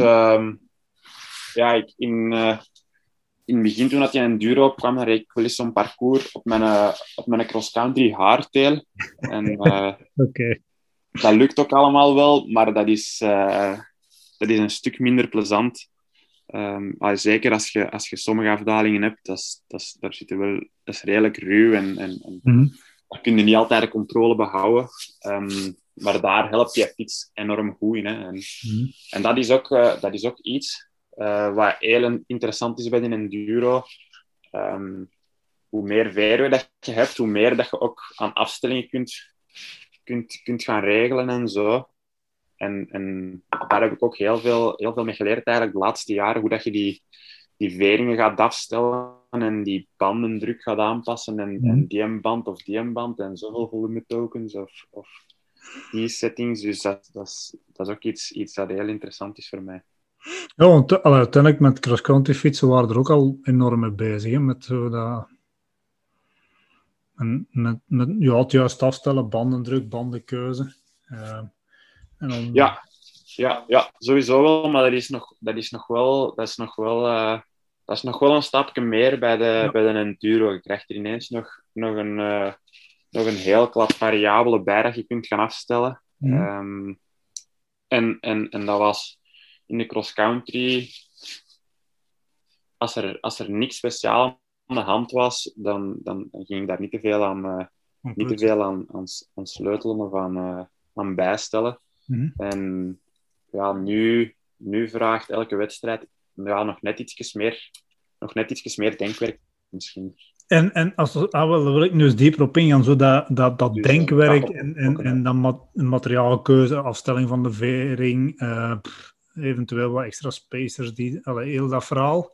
in het begin, toen dat je in enduro kwam, dan reed ik wel eens zo'n parcours op mijn cross-country hardtail. En dat lukt ook allemaal wel, maar dat is een stuk minder plezant. Zeker als je sommige afdalingen hebt, dat is redelijk ruw en daar kun je niet altijd de controle behouden. Maar daar helpt je fiets enorm goed in. Hè. En dat is ook iets wat heel interessant is bij een enduro. Hoe meer veerweg dat je hebt, hoe meer dat je ook aan afstellingen kunt gaan regelen en zo. En daar heb ik ook heel veel mee geleerd eigenlijk de laatste jaren, hoe dat je die veringen gaat afstellen en die bandendruk gaat aanpassen en die een band of die een band en zoveel volume tokens of die settings. Dus dat is ook iets dat heel interessant is voor mij. Ja, want uiteindelijk met cross-country fietsen waren er ook al enorm mee bezig. Hè, met zo dat... En met het juist afstellen, bandendruk, bandenkeuze. En dan... Ja, sowieso wel, maar dat is nog wel een stapje meer bij de enduro. Je krijgt er ineens nog een heel klap variabelen bij dat je kunt gaan afstellen. En dat was in de cross-country, als er niks speciaal aan de hand was, dan ging ik daar niet te veel aan sleutelen of aan bijstellen. En ja, nu vraagt elke wedstrijd nog net ietsjes meer denkwerk misschien. En als wel, daar wil ik nu eens dieper op ingaan, zo dat Dus, denkwerk ja, en dan materiaalkeuze, afstelling van de vering, eventueel wat extra spacers, heel dat verhaal.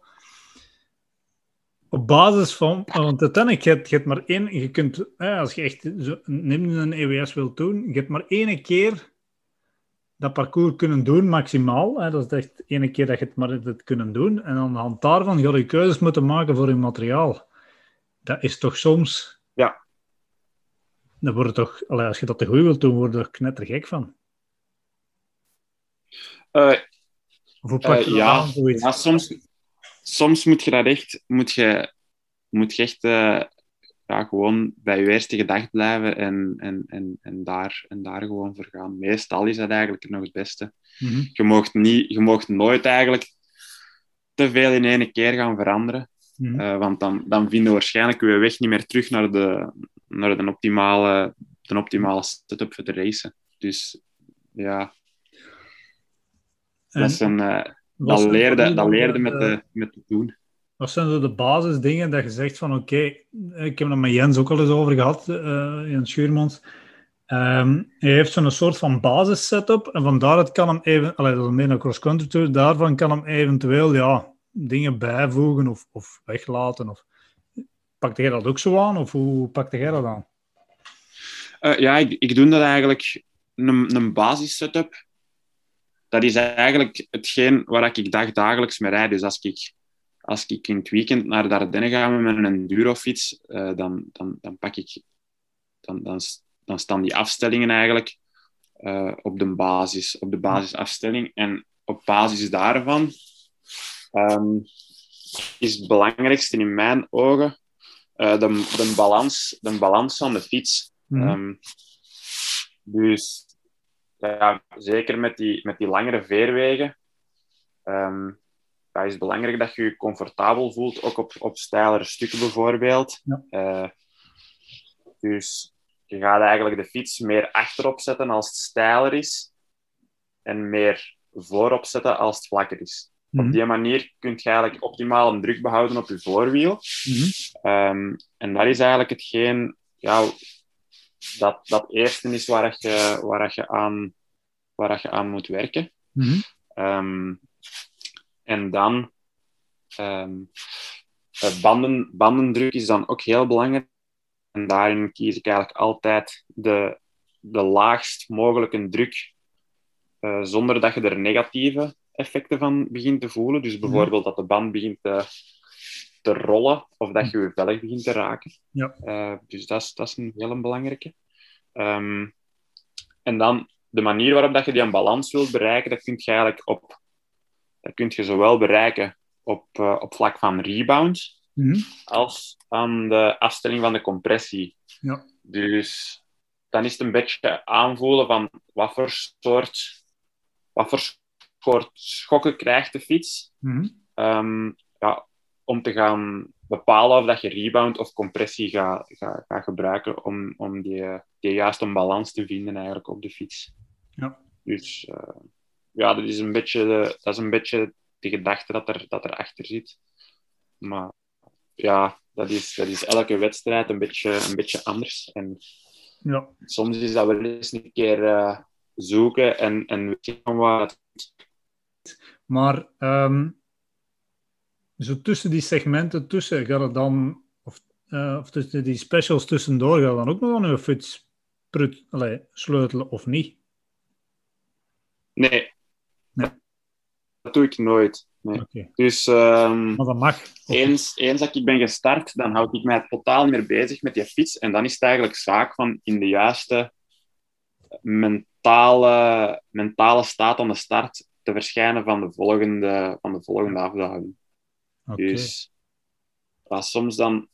Op basis van, want uiteindelijk, je hebt maar één, je kunt, als je echt neem een EWS wilt doen, je hebt maar één keer dat parcours kunnen doen, maximaal. Dat is echt één keer dat je het maar hebt kunnen doen. En aan de hand daarvan ga je keuzes moeten maken voor je materiaal. Dat is toch soms... Ja. Dan word je toch... als je dat te goed wilt doen, word je er knettergek van. Of hoe pak je dat aan, zoiets? Ja, soms moet je dat echt... Moet je echt gewoon bij je eerste gedacht blijven en daar gewoon voor gaan. Meestal is dat eigenlijk nog het beste. Mm-hmm. Je moogt nooit eigenlijk te veel in één keer gaan veranderen. Mm-hmm. Want dan vinden we waarschijnlijk je weg niet meer terug naar de optimale setup voor de racen. Dus ja, dat leerde met het doen. Wat zijn zo de basisdingen dat je zegt van oké, ik heb het met Jens ook al eens over gehad, Jens Schuurmans. Hij heeft zo'n soort van basis-setup en van daaruit kan hem even, dat is meer een cross-country tour, daarvan kan hem eventueel dingen bijvoegen of weglaten. Of... Pakte jij dat ook zo aan of hoe pakte jij dat aan? Ik doe dat eigenlijk, een basis-setup. Dat is eigenlijk hetgeen waar ik dagelijks mee rijd. Dus als ik in het weekend naar de Ardennen ga met een endurofiets, dan staan die afstellingen eigenlijk op de basisafstelling. En op basis daarvan is het belangrijkste in mijn ogen de balans van de fiets. Mm-hmm. Dus ja, zeker met die langere veerwegen is het belangrijk dat je je comfortabel voelt, ook op steilere stukken bijvoorbeeld. Ja. Dus je gaat eigenlijk de fiets meer achterop zetten als het steiler is en meer voorop zetten als het vlakker is. Mm-hmm. Op die manier kun je eigenlijk optimaal een druk behouden op je voorwiel. Mm-hmm. En dat is eigenlijk hetgeen dat eerste is waar je aan moet werken. Mm-hmm. En dan bandendruk is dan ook heel belangrijk. En daarin kies ik eigenlijk altijd de laagst mogelijke druk, zonder dat je er negatieve effecten van begint te voelen. Dus bijvoorbeeld dat de band begint te rollen of dat je velg begint te raken. Ja. Dus dat is een hele belangrijke. En dan de manier waarop dat je die balans wilt bereiken, dat kun je zowel bereiken op vlak van rebound, als aan de afstelling van de compressie. Ja. Dus dan is het een beetje aanvoelen van wat voor soort schokken krijgt de fiets. Om te gaan bepalen of dat je rebound of compressie gaat gebruiken om die juiste balans te vinden eigenlijk op de fiets. Ja. Dus dat is een beetje de gedachte dat er achter zit. Maar ja, dat is elke wedstrijd een beetje anders. En Ja. soms is dat wel eens een keer zoeken en weet je wat. Maar zo tussen die segmenten gaat het dan, of tussen die specials tussendoor, gaat dan ook nog aan je fiets sleutelen of niet? Nee. Dat doe ik nooit. Nee. Okay. Dus maar dat mag. Eens dat ik ben gestart, dan houd ik mij totaal niet meer bezig met die fiets. En dan is het eigenlijk zaak van in de juiste mentale staat aan de start te verschijnen van de volgende afdaling. Okay. Dus soms dan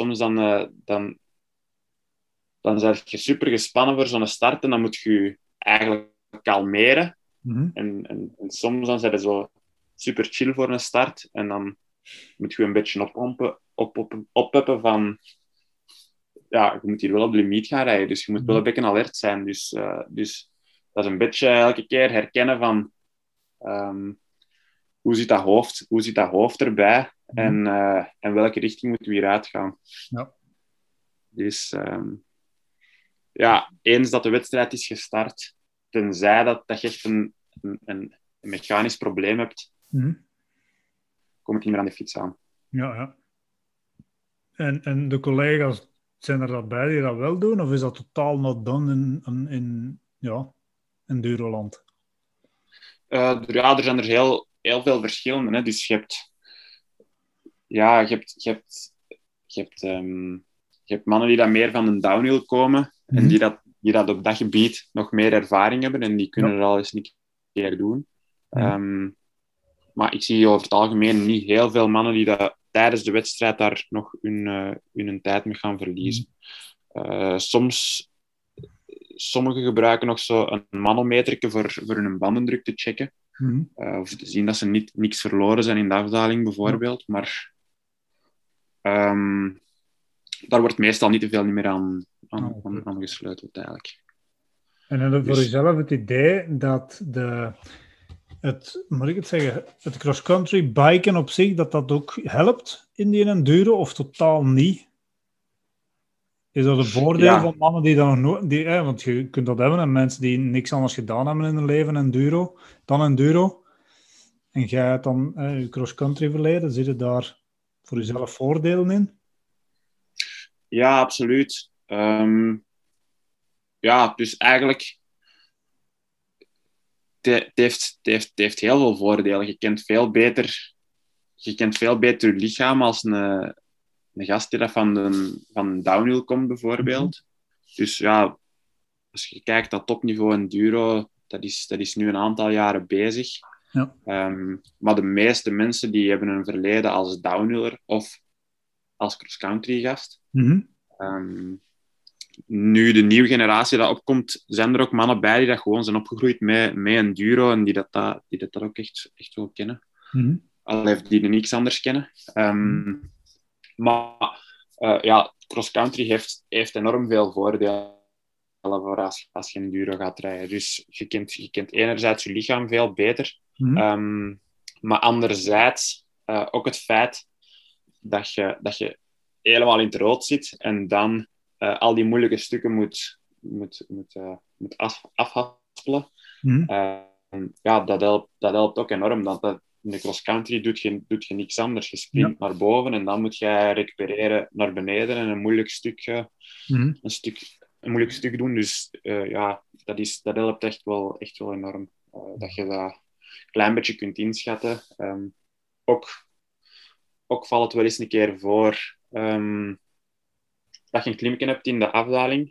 ben je super gespannen voor zo'n start en dan moet je je eigenlijk kalmeren. En soms dan zijn ze zo super chill voor een start en dan moet je een beetje oppeppen van je moet hier wel op de limiet gaan rijden, dus je moet wel een beetje alert zijn. Dus dat is een beetje elke keer herkennen van hoe zit dat hoofd erbij en welke richting moeten we hieruit gaan. Ja. Dus eens dat de wedstrijd is gestart, tenzij dat je echt een mechanisch probleem hebt, kom ik niet meer aan de fiets aan. Ja. En de collega's, zijn er daarbij die dat wel doen? Of is dat totaal not done in Duroland? Er zijn er heel veel verschillende. Hè. Dus je hebt mannen die dat meer van een downhill komen en die dat op dat gebied nog meer ervaring hebben en die kunnen er al eens een keer doen. Maar ik zie over het algemeen niet heel veel mannen die dat tijdens de wedstrijd daar nog hun tijd mee gaan verliezen. Sommigen gebruiken nog zo een manometerke voor hun bandendruk te checken. Of te zien dat ze niks verloren zijn in de afdaling, bijvoorbeeld. Maar daar wordt meestal niet te veel meer aan gesleuteld, eigenlijk. En heb je voor jezelf het idee dat het cross-country biken op zich, dat ook helpt in die enduro, of totaal niet? Is dat een voordeel van mannen die dan nog nooit... want je kunt dat hebben, en mensen die niks anders gedaan hebben in hun leven dan enduro. En jij hebt dan je cross-country verleden. Zie je daar voor jezelf voordelen in? Ja, absoluut. Dus eigenlijk... Het heeft heel veel voordelen. Je kent veel beter je lichaam als een gast die dat van een downhill komt, bijvoorbeeld. Dus ja, als je kijkt naar topniveau enduro, dat is nu een aantal jaren bezig. Ja. Maar de meeste mensen die hebben een verleden als downhiller of als cross-country gast. Nu de nieuwe generatie dat opkomt, zijn er ook mannen bij die dat gewoon zijn opgegroeid met enduro en die dat ook echt wel kennen. Al die niks anders kennen. Maar cross-country heeft enorm veel voordelen voor als je enduro gaat rijden. Dus je kent enerzijds je lichaam veel beter, maar anderzijds ook het feit dat je helemaal in het rood zit en dan al die moeilijke stukken moet afhaspelen. Dat helpt ook enorm. In de cross-country doet je niks anders. Je sprint naar boven en dan moet je recupereren naar beneden en een moeilijk stuk doen. Dus dat helpt echt wel enorm. Dat je dat een klein beetje kunt inschatten. Ook valt het wel eens een keer voor dat je een klimmetje hebt in de afdaling.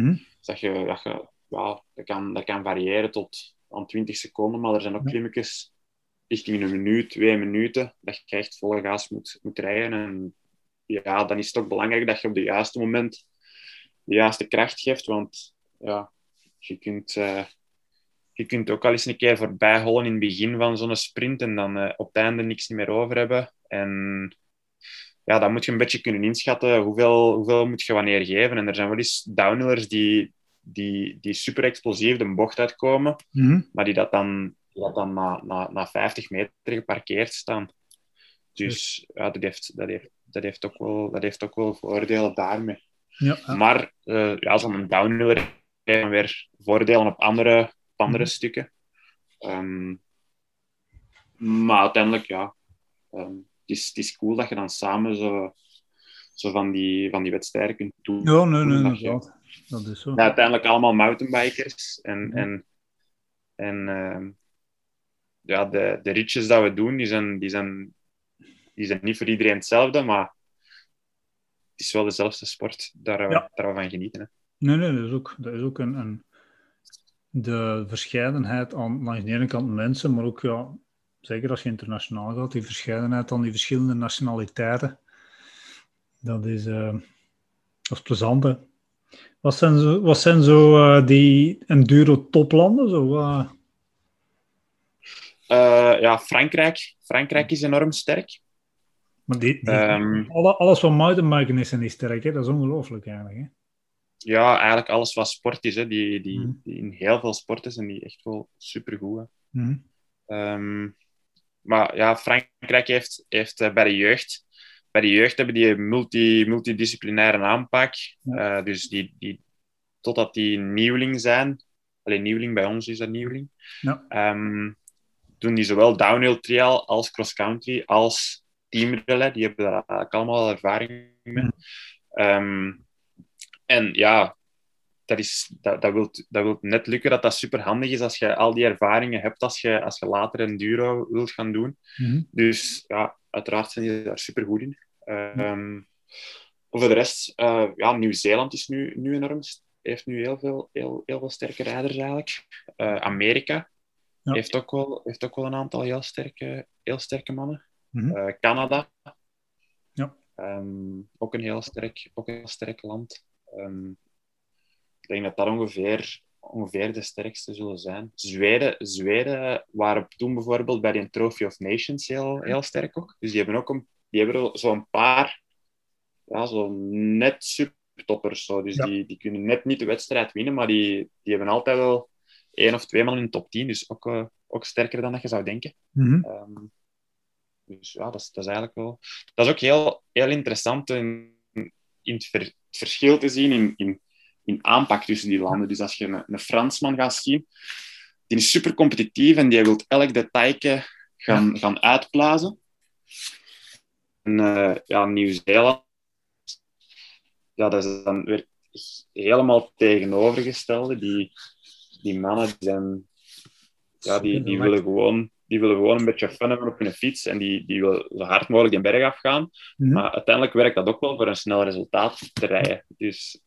Dat kan variëren tot aan 20 seconden, maar er zijn ook klimmetjes richting een minuut, 2 minuten, dat je echt volle gas moet rijden. En ja, dan is het ook belangrijk dat je op het juiste moment de juiste kracht geeft, want je kunt ook al eens een keer voorbij hollen in het begin van zo'n sprint en dan op het einde niks meer over hebben. En ja, dan moet je een beetje kunnen inschatten hoeveel moet je wanneer geven. En er zijn wel eens downhillers die super explosief de bocht uitkomen, maar die dat dan na 50 meter geparkeerd staan. Dus dat heeft ook wel voordelen daarmee. Ja. Maar zo'n downhiller heeft dan weer voordelen op andere stukken. Maar uiteindelijk, het is cool dat je dan samen zo van die wedstrijden kunt doen. Ja, nee, dat is zo. Uiteindelijk allemaal mountainbikers. De ritjes dat we doen, die zijn niet voor iedereen hetzelfde, maar het is wel dezelfde sport daar we van genieten. Hè. Nee, dat is ook de verscheidenheid langs de ene kant mensen, maar ook, zeker als je internationaal gaat, die verscheidenheid aan die verschillende nationaliteiten. Dat is plezant, hè. Wat zijn zo die enduro-toplanden? Frankrijk is enorm sterk. Maar alles wat mountainbiken is en die sterk, hè? Dat is ongelooflijk eigenlijk. Hè? Ja, eigenlijk alles wat sport is, hè? Die in heel veel sport is en die echt wel supergoed. maar ja, Frankrijk heeft bij de jeugd... Bij de jeugd hebben die een multidisciplinaire aanpak. Ja. Dus totdat die nieuweling zijn... Alleen nieuweling, bij ons is dat nieuweling. Ja. Doen die zowel downhill trial als cross-country als teamrelay. Die hebben daar eigenlijk allemaal al ervaring mee. En ja, dat wil net lukken dat dat super handig is als je al die ervaringen hebt als je later enduro wilt gaan doen. Dus ja, uiteraard zijn die daar super goed in. Voor de rest, ja, Nieuw-Zeeland is nu enorm, heeft nu heel veel sterke rijders eigenlijk. Amerika heeft ook wel een aantal heel sterke mannen. Canada. Ja. Ook een heel sterk land. Ik denk dat ongeveer de sterkste zullen zijn. Zweden waren toen bijvoorbeeld bij de Trophy of Nations heel sterk ook. Dus die hebben zo'n paar, ja, zo net supertoppers. Zo. Dus die kunnen net niet de wedstrijd winnen, maar die hebben altijd wel 1 of 2 man in de top 10. Dus ook sterker dan dat je zou denken. Dus ja, dat is eigenlijk wel... Dat is ook heel interessant in het verschil te zien in aanpak tussen die landen. Dus als je een Fransman gaat zien, die is super competitief en die wil elk detailje gaan uitblazen. En ja, Nieuw-Zeeland, ja, dat is dan weer helemaal tegenovergestelde. Die mannen die willen gewoon een beetje fun hebben op hun fiets en die willen zo hard mogelijk die berg afgaan. Maar uiteindelijk werkt dat ook wel voor een snel resultaat te rijden. Dus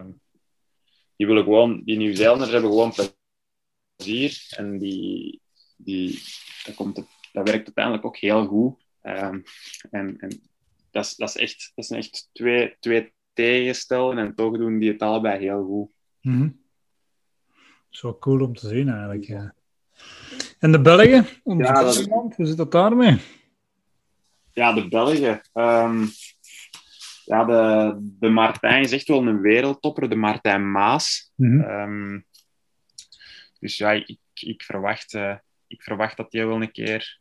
die Nieuw-Zeelanders hebben gewoon plezier en dat werkt uiteindelijk ook heel goed. En dat zijn echt twee tegenstellen en toch doen die het allebei heel goed. Zo cool om te zien eigenlijk. Ja. En de Belgen? Hoe zit dat daarmee? Ja, de Belgen. Ja, de Martijn is echt wel een wereldtopper, de Martijn Maas. Dus ja, ik verwacht dat hij wel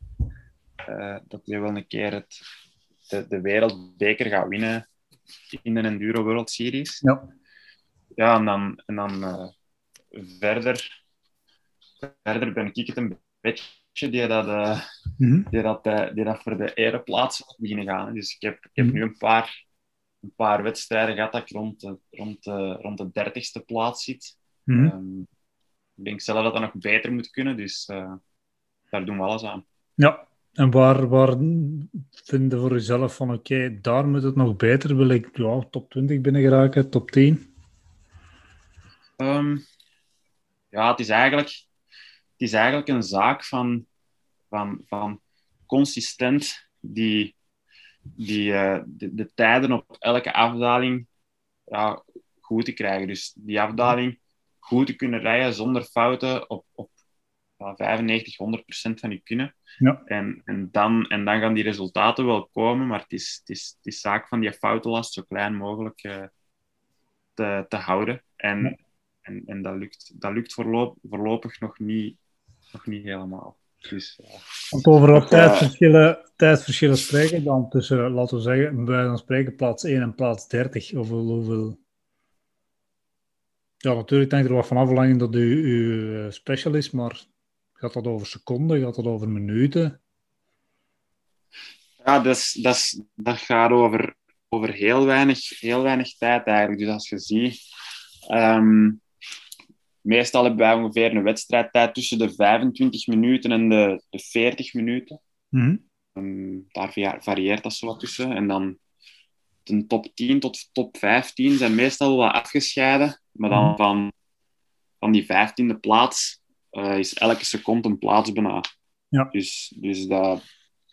een keer de wereldbeker gaat winnen in de Enduro World Series. Ja, en dan verder ben ik het een beetje die dat voor de ereplaats beginnen gaan. Dus ik heb nu een paar wedstrijden gehad dat ik rond de 30ste plaats zit. Ik denk zelf dat dat nog beter moet kunnen, dus daar doen we alles aan. Ja, en waar vind je voor jezelf van oké, daar moet het nog beter? Wil ik top 20 binnen geraken, top 10? Ja, het is eigenlijk een zaak van consistent de tijden op elke afdaling goed te krijgen. Dus die afdaling goed te kunnen rijden zonder fouten op 95, 100% van je kunnen. Ja. En dan gaan die resultaten wel komen, maar het is zaak van die foutenlast zo klein mogelijk te houden. En dat lukt voorlopig nog niet helemaal. Dus, want over wat tijdsverschillen spreken dan tussen, laten we zeggen, bij dan spreken plaats 1 en plaats 30. Hoeveel... Ja, natuurlijk hangt er wat van af hoe lang dat uw special is, maar gaat dat over seconden, gaat dat over minuten? Ja, dat gaat over heel weinig tijd eigenlijk. Dus als je ziet... meestal hebben wij ongeveer een wedstrijdtijd tussen de 25 minuten en de 40 minuten. Daar varieert dat zo wat tussen. En dan de top 10 tot top 15 zijn meestal wel afgescheiden. Maar dan van die 15e plaats is elke seconde een plaats bijna. Ja. Dus dat...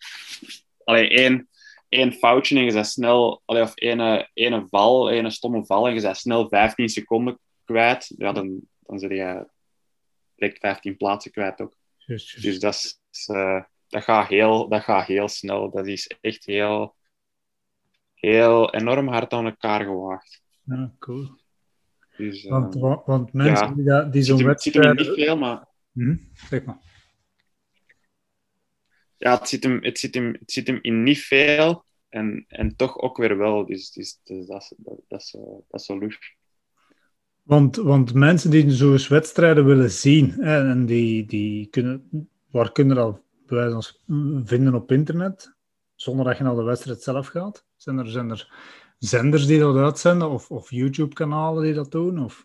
één foutje en je bent snel... of één stomme val en je bent snel 15 seconden kwijt. Ja, dan zit je direct 15 plaatsen kwijt ook. Just. Dus dat gaat heel snel. Dat is echt heel enorm hard aan elkaar gewaagd. Ja, cool. Dus, want mensen die zo'n wedstrijd... Het zit er niet veel, maar... Zeg maar. Ja, het zit hem in niet veel en toch ook weer wel. Dus dat is zo lucht. Want mensen die zo eens wedstrijden willen zien, hè, en die kunnen, waar kunnen dat bij wijze van vinden op internet, zonder dat je naar de wedstrijd zelf gaat? Zijn er zenders die dat uitzenden of YouTube-kanalen die dat doen? Of?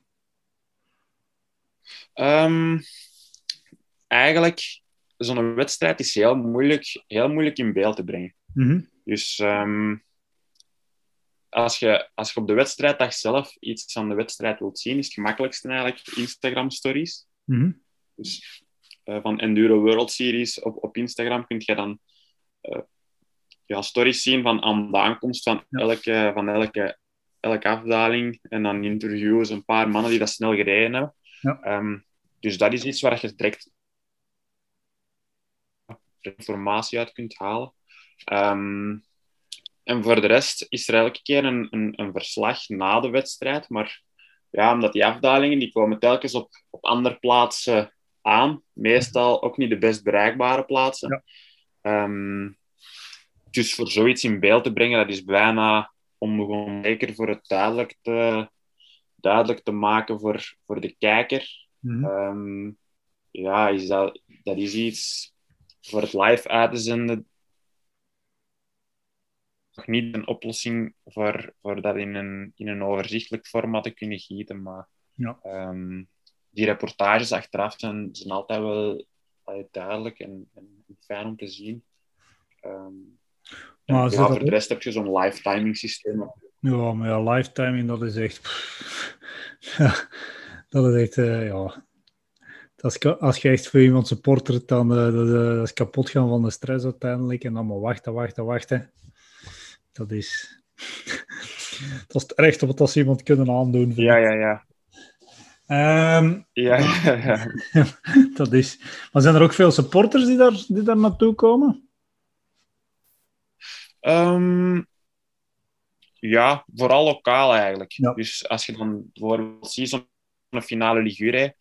Ehm, Eigenlijk, zo'n wedstrijd is heel moeilijk in beeld te brengen. Mhm. Dus als je op de wedstrijddag zelf iets van de wedstrijd wilt zien, is het gemakkelijkste eigenlijk Instagram-stories. Mhm. Dus van Enduro World Series op Instagram kun je dan stories zien van aan de aankomst van elke afdaling en dan interviews een paar mannen die dat snel gereden hebben. Ja. Dus dat is iets waar je direct informatie uit kunt halen. En voor de rest is er elke keer een verslag na de wedstrijd. Maar ja, omdat die afdalingen die komen telkens op andere plaatsen aan. Meestal ook niet de best bereikbare plaatsen. Ja. Dus voor zoiets in beeld te brengen, dat is bijna om zeker voor het duidelijk te maken voor de kijker. Mhm. Ja, dat is iets voor het live uit te zenden. Nog niet een oplossing voor dat in een overzichtelijk format te kunnen gieten. Maar Ja. die reportages achteraf zijn altijd wel duidelijk en fijn om te zien. Maar voor de rest heb je zo'n live timing systeem. Ja, maar ja, live timing, dat is echt... Ja, dat is echt, ja... Als je echt voor iemand supportert, dan dat is kapot gaan van de stress uiteindelijk. En dan maar wachten. Dat is... Dat is het ergste wat als iemand kunnen aandoen. Ja. Ja. Dat is... Maar zijn er ook veel supporters die daar naartoe komen? Ja, vooral lokaal eigenlijk. Ja. Dus als je dan bijvoorbeeld ziet zo'n finale Ligure,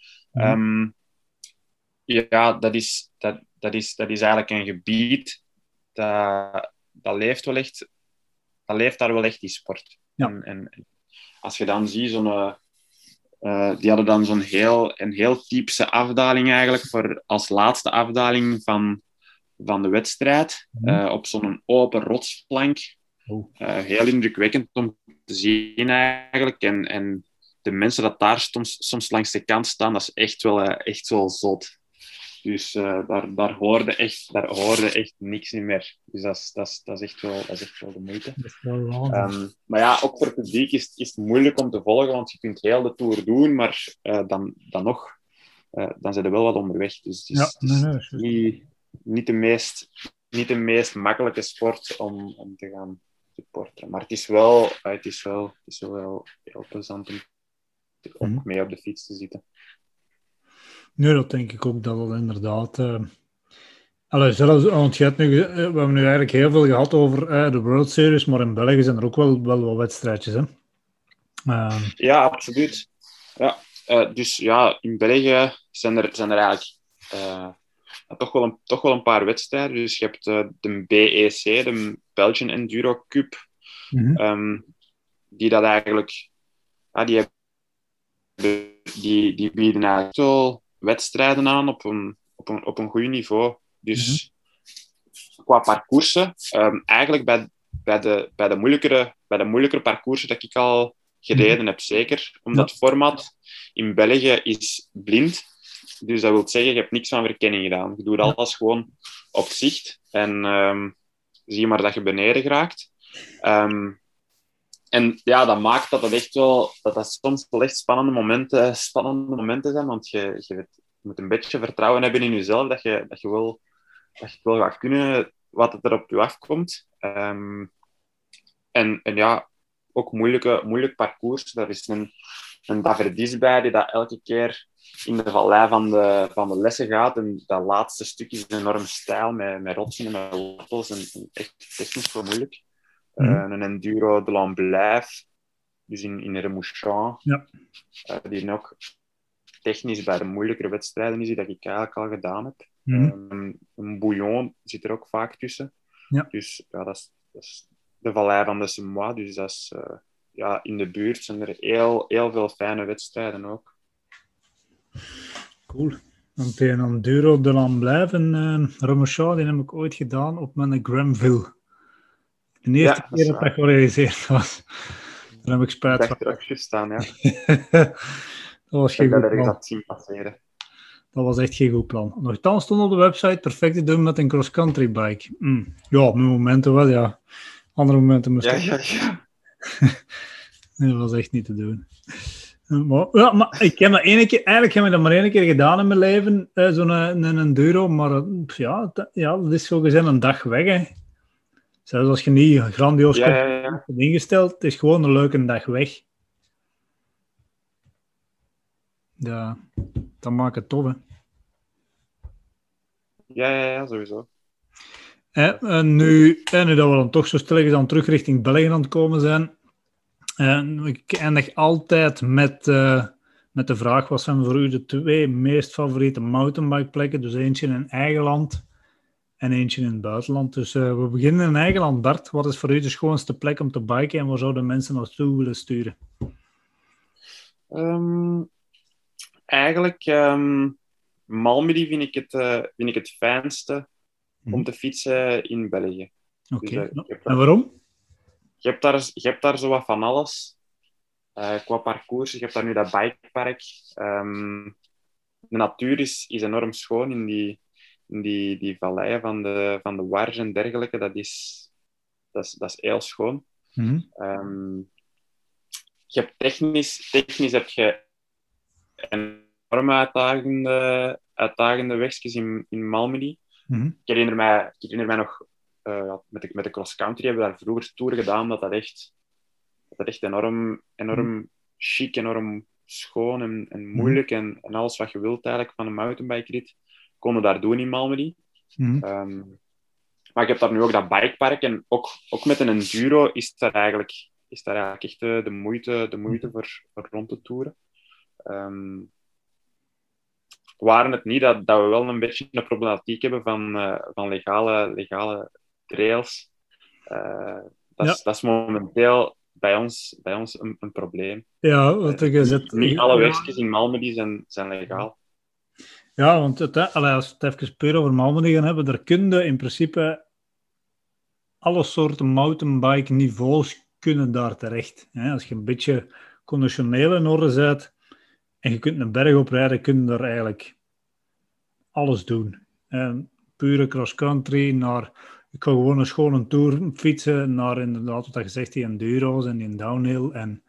ja, dat is eigenlijk een gebied dat leeft wel echt, dat leeft daar wel echt die sport. Ja. En als je dan ziet die hadden dan een heel typische afdaling eigenlijk voor als laatste afdaling van de wedstrijd op zo'n open rotsflank. Heel indrukwekkend om te zien eigenlijk. En de mensen dat daar soms langs de kant staan, dat is echt wel zot. Dus daar hoorde echt niks meer. Dus dat is echt wel de moeite. Maar ja, ook voor het publiek is het moeilijk om te volgen, want je kunt heel de Tour doen, maar dan nog, dan zijn er wel wat onderweg. Dus het is niet de meest makkelijke sport om te gaan supporteren. Maar het is wel heel plezant om mee op de fiets te zitten. Nee, dat denk ik ook, dat het inderdaad... zelfs, want we hebben nu eigenlijk heel veel gehad over de World Series, maar in België zijn er ook wel wat wedstrijdjes, hè? Ja, absoluut. Ja. Dus ja, in België zijn er eigenlijk toch wel een paar wedstrijden. Dus je hebt de BEC, de Belgian Enduro Cup, die dat eigenlijk... die bieden eigenlijk wel wedstrijden aan op een goed niveau. Dus qua parcoursen, eigenlijk bij de moeilijkere parcoursen dat ik al gereden heb, zeker. Omdat het format in België is blind. Dus dat wil zeggen, je hebt niks aan verkenning gedaan. Je doet alles gewoon op zicht. En zie maar dat je beneden geraakt. En ja, dat maakt dat echt wel... Dat soms wel echt spannende momenten zijn. Want je moet een beetje vertrouwen hebben in jezelf. Dat je het wel gaat kunnen, wat er op je afkomt. En ja, ook moeilijk parcours. Er is een Daverdis bij die dat elke keer in de vallei van de lessen gaat. En dat laatste stuk is enorm steil met rotsen en met wortels. En echt technisch wel moeilijk. Een Enduro de l'Amblaif, dus in Remouchamp. Ja. Die ook technisch bij de moeilijkere wedstrijden is, die dat ik eigenlijk al gedaan heb. Mhm. Een bouillon zit er ook vaak tussen. Ja. Dus ja, dat is de vallei van de Semois. Dus dat is, in de buurt zijn er heel, heel veel fijne wedstrijden ook. Cool. Want tegen Enduro de Lamblay en Romechal, die heb ik ooit gedaan op mijn Granville. De eerste Ja, dat keer is dat dat waar. georganiseerd was. Daar heb ik Ik spijt dacht van. er ook juist staan, ja. Dat was Ik geen heb dat goed ergens plan. had zien passeren. Dat was echt geen goed plan. Nochtans stond op de website perfect te doen met een cross-country bike. Ja, op momenten wel, ja. Andere momenten moest Ja, ik. ja, ja. Nee, dat was echt niet te doen. Maar ik heb eigenlijk heb ik dat maar één keer gedaan in mijn leven, zo'n een enduro, maar dat is zo gezien een dag weg. Hè. Zelfs als je niet grandioos Ja, ja, ja. hebt ingesteld, het is gewoon een leuke dag weg. Ja, dat maakt het tof, hè. Ja, sowieso. En nu dat we dan toch zo stilletjes aan terug richting België aan het komen zijn, ik eindig altijd met de vraag, wat zijn voor u de 2 meest favoriete mountainbikeplekken? Dus eentje in eigen land en eentje in het buitenland. Dus we beginnen in eigen land. Bart, wat is voor u de schoonste plek om te biken en waar zouden mensen naartoe willen sturen? Eigenlijk, Malmedy vind ik het fijnste om te fietsen in België. Oké. Dus, En waarom? je hebt daar zo wat van alles. Qua parcours, je hebt daar nu dat bikepark. De natuur is enorm schoon in die valleien van de Warge en dergelijke. Dat is heel schoon. Mm-hmm. Je hebt technisch heb je enorm uitdagende wegjes in Malmedy. Mm-hmm. Ik herinner mij nog, met de cross-country hebben we daar vroeger tour gedaan, dat echt enorm chic, enorm schoon en moeilijk en alles wat je wilt eigenlijk van een mountainbike-rit, konden daar doen in Malmedy. Mm-hmm. Maar ik heb daar nu ook dat bikepark en ook met een enduro is daar eigenlijk echt de moeite voor rond te toeren. Waren het niet dat we wel een beetje een problematiek hebben van legale trails. Dat is momenteel bij ons een probleem. Ja, want je zit... Niet alle wegjes in Malmedy zijn legaal. Ja, want als we het even puur over Malmedy gaan hebben, daar kun je in principe alle soorten mountainbike niveaus kunnen daar terecht. Als je een beetje conditioneel in orde zet en je kunt een berg oprijden, kun je daar eigenlijk alles doen. Pure cross-country, ik ga gewoon een schone tour fietsen naar inderdaad wat je zegt, die enduro's en die downhill.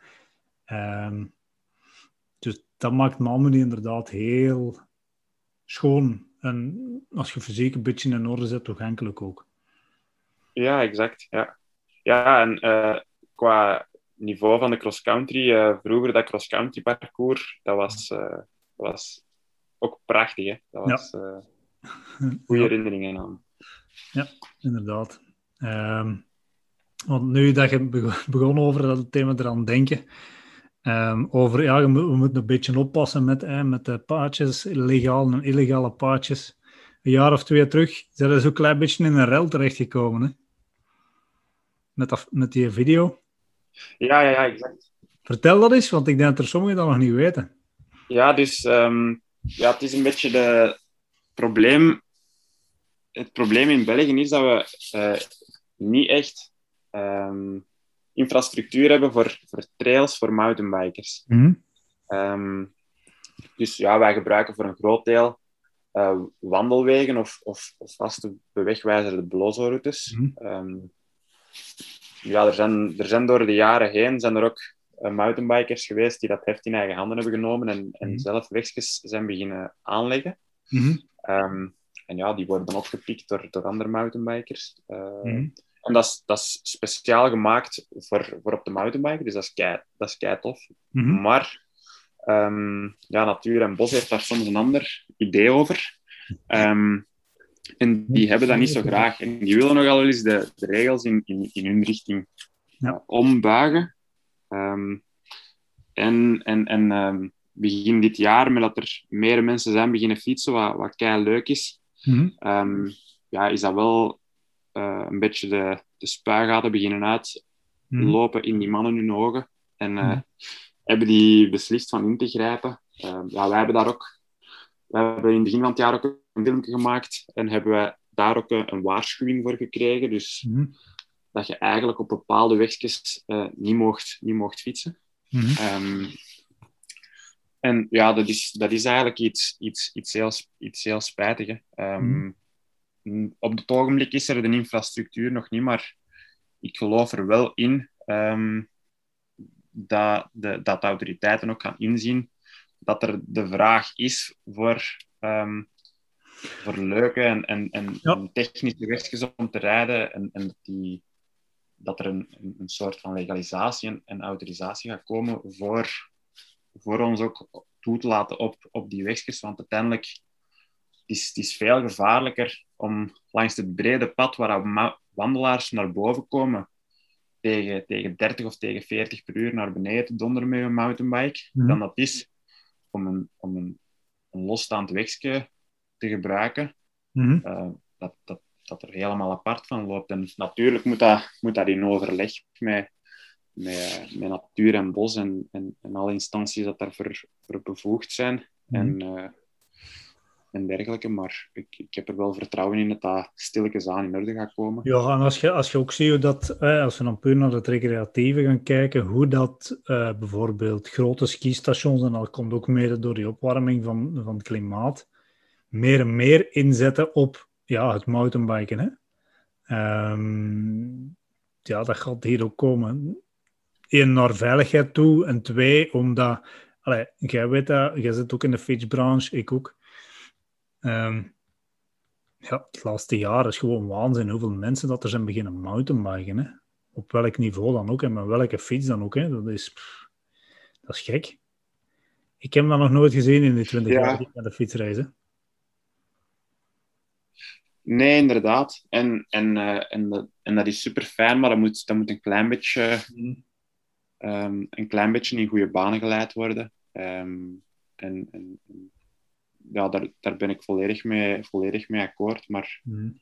Dus dat maakt Malmedy inderdaad heel schoon. En als je fysiek een beetje in orde zet, toegankelijk ook. Ja, exact. Ja en qua niveau van de cross-country, vroeger dat cross-country parcours, dat was ook prachtig. Hè? Dat was goede herinneringen aan. Ja, inderdaad. Want nu dat je begon over dat thema eraan denken, we moeten een beetje oppassen met de paadjes, legale en illegale paadjes. Een jaar of 2 terug zijn er zo'n klein beetje in een rel terechtgekomen, hè? Met die video. Ja, exact. Vertel dat eens, want ik denk dat er sommigen dat nog niet weten. Ja, dus het is een beetje het probleem in België is dat we niet echt infrastructuur hebben voor trails voor mountainbikers. Dus ja, wij gebruiken voor een groot deel wandelwegen of vaste bewegwijzerde Blozo-routes. Er zijn door de jaren heen zijn er ook mountainbikers geweest die dat heft in eigen handen hebben genomen en zelf wegjes zijn beginnen aanleggen. En ja, die worden dan opgepikt door andere mountainbikers. En dat is speciaal gemaakt voor op de mountainbike, dus dat is kei tof. Maar Natuur en Bos heeft daar soms een ander idee over. En die hebben dat niet zo graag. En die willen nogal wel eens de regels in hun richting ombuigen. Begin dit jaar, met dat er meer mensen zijn beginnen fietsen, wat kei leuk is, Is dat wel een beetje de spuigaten beginnen uitlopen in die mannen hun ogen. En hebben die beslist van in te grijpen. Wij hebben daar ook... We hebben in het begin van het jaar ook een filmpje gemaakt en hebben wij daar ook een waarschuwing voor gekregen. Dus dat je eigenlijk op bepaalde wegjes niet mocht fietsen. En ja, dat is eigenlijk iets heel spijtig. Op het ogenblik is er de infrastructuur nog niet, maar ik geloof er wel in dat de autoriteiten ook gaan inzien dat er de vraag is voor leuke en technische wegjes om te rijden en dat er een soort van legalisatie en autorisatie gaat komen voor ons ook toe te laten op die wegjes, want uiteindelijk is het veel gevaarlijker om langs het brede pad waar wandelaars naar boven komen tegen 30 of tegen 40 per uur naar beneden te donderen met een mountainbike, dan dat is om een losstaand wegje te gebruiken, dat er helemaal apart van loopt. En natuurlijk moet dat in overleg met natuur en bos en alle instanties dat daarvoor bevoegd zijn en dergelijke. Maar ik heb er wel vertrouwen in dat dat stilletjes aan in orde gaat komen. Ja, en als je ook ziet dat, als we dan puur naar het recreatieve gaan kijken, hoe dat bijvoorbeeld grote skistations, en dat komt ook mede door die opwarming van het klimaat, meer en meer inzetten op het mountainbiken. Hè? Dat gaat hier ook komen. 1, naar veiligheid toe, en 2, omdat... jij weet dat, jij zit ook in de fietsbranche, ik ook. Het laatste jaar is gewoon waanzin hoeveel mensen dat er zijn beginnen mountainbiken. Hè? Op welk niveau dan ook en met welke fiets dan ook. Hè? Dat is gek. Ik heb dat nog nooit gezien in die 20 jaar met de fietsreizen. Nee, inderdaad. En dat is super fijn, maar dat moet een klein beetje in goede banen geleid worden. Daar ben ik volledig mee akkoord. Maar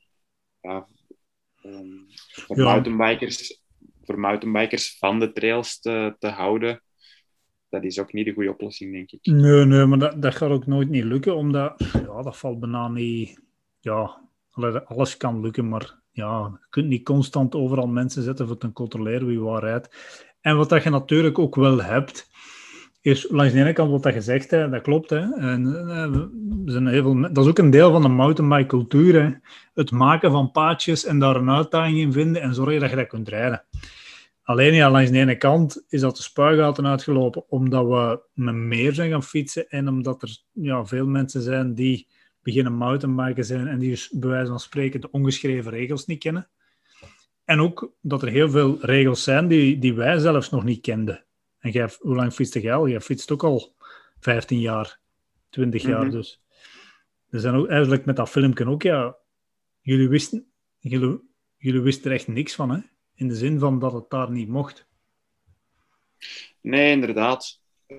voor mountainbikers van de trails te houden, dat is ook niet de goede oplossing, denk ik. Nee, maar dat gaat ook nooit niet lukken, omdat dat valt bijna niet... alles kan lukken, maar je kunt niet constant overal mensen zetten voor te controleren wie waar rijdt. En wat dat je natuurlijk ook wel hebt, is langs de ene kant wat dat je zegt, hè, dat klopt. Hè, en, dat is ook een deel van de mountainbike cultuur. Hè, het maken van paadjes en daar een uitdaging in vinden en zorgen dat je dat kunt rijden. Alleen langs de ene kant is dat de spuigaten uitgelopen omdat we met meer zijn gaan fietsen en omdat er veel mensen zijn die beginnen mountainbiken zijn en die dus bij wijze van spreken de ongeschreven regels niet kennen. En ook dat er heel veel regels zijn die wij zelfs nog niet kenden. En hoe lang fietste jij al? Jij fietst ook al 15 jaar, 20 jaar dus. Er zijn ook eigenlijk met dat filmpje ook, jullie wisten er echt niks van, hè? In de zin van dat het daar niet mocht. Nee, inderdaad.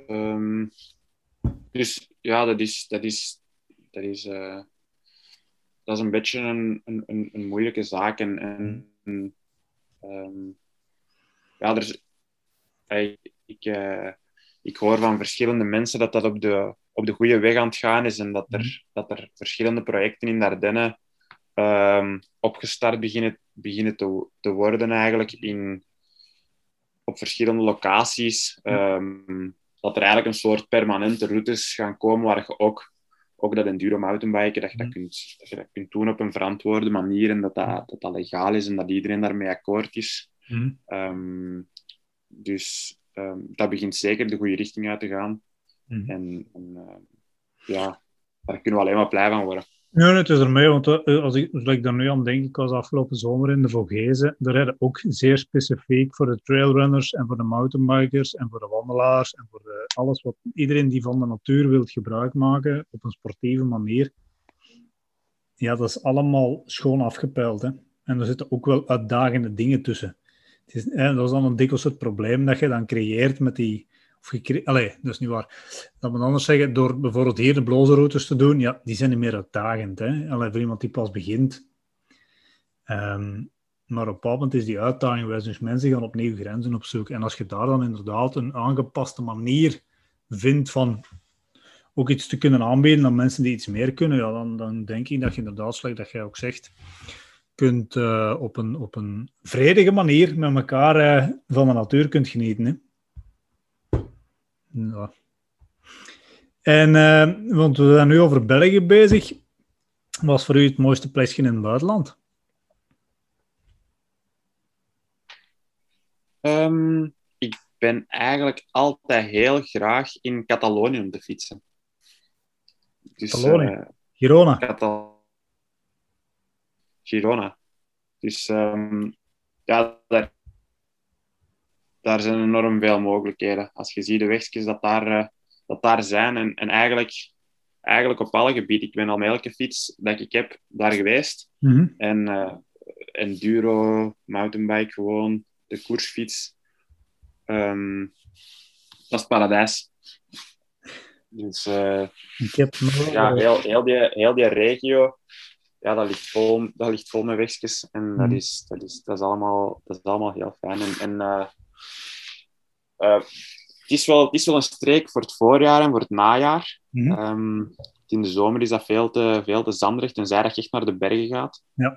Dus dat is een beetje een moeilijke zaak. Ik hoor van verschillende mensen dat op de goede weg aan het gaan is en dat er verschillende projecten in de Ardennen opgestart beginnen te worden eigenlijk op verschillende locaties. Dat er eigenlijk een soort permanente routes gaan komen waar je ook dat enduro mountainbiken, dat je dat kunt doen op een verantwoorde manier en dat legaal is en dat iedereen daarmee akkoord is. Dus dat begint zeker de goede richting uit te gaan. Daar kunnen we alleen maar blij van worden. Ja, het is ermee, want als ik daar nu aan denk, ik was afgelopen zomer in de Vogezen, daar rijden ook zeer specifiek voor de trailrunners en voor de mountainbikers en voor de wandelaars en voor alles wat iedereen die van de natuur wil gebruik maken op een sportieve manier. Ja, dat is allemaal schoon afgepeild. Hè? En er zitten ook wel uitdagende dingen tussen. Dat is dan een dikwijls het probleem dat je dan creëert met die... Allee, dat is niet waar. Dat moet anders zeggen, door bijvoorbeeld hier de bloze routes te doen, ja, die zijn niet meer uitdagend. Hè? Allee, voor iemand die pas begint. Maar op een bepaald moment is die uitdaging wijs, dus mensen gaan opnieuw grenzen opzoeken. En als je daar dan inderdaad een aangepaste manier vindt van ook iets te kunnen aanbieden aan mensen die iets meer kunnen, ja, dan denk ik dat je inderdaad, zoals dat jij ook zegt, kunt op een vredige manier met elkaar van de natuur kunt genieten. Hè? Ja. En, want we zijn nu over België bezig. Wat was voor u het mooiste plekje in het buitenland? Ik ben eigenlijk altijd heel graag in Catalonië om te fietsen. Dus, Catalonië? Girona? Girona. Dus ja, daar zijn enorm veel mogelijkheden. Als je ziet de wegjes dat daar zijn. En eigenlijk op alle gebieden. Ik ben al met elke fiets dat ik heb daar geweest. Mm-hmm. En enduro, mountainbike gewoon, de koersfiets. Dat is paradijs. Dus ik heb ja, heel die regio, ja, dat ligt vol met wegjes. En dat is allemaal heel fijn. Het is wel een streek voor het voorjaar en voor het najaar. Mm-hmm. In de zomer is dat veel te zanderig, tenzij dat je echt naar de bergen gaat. Ja.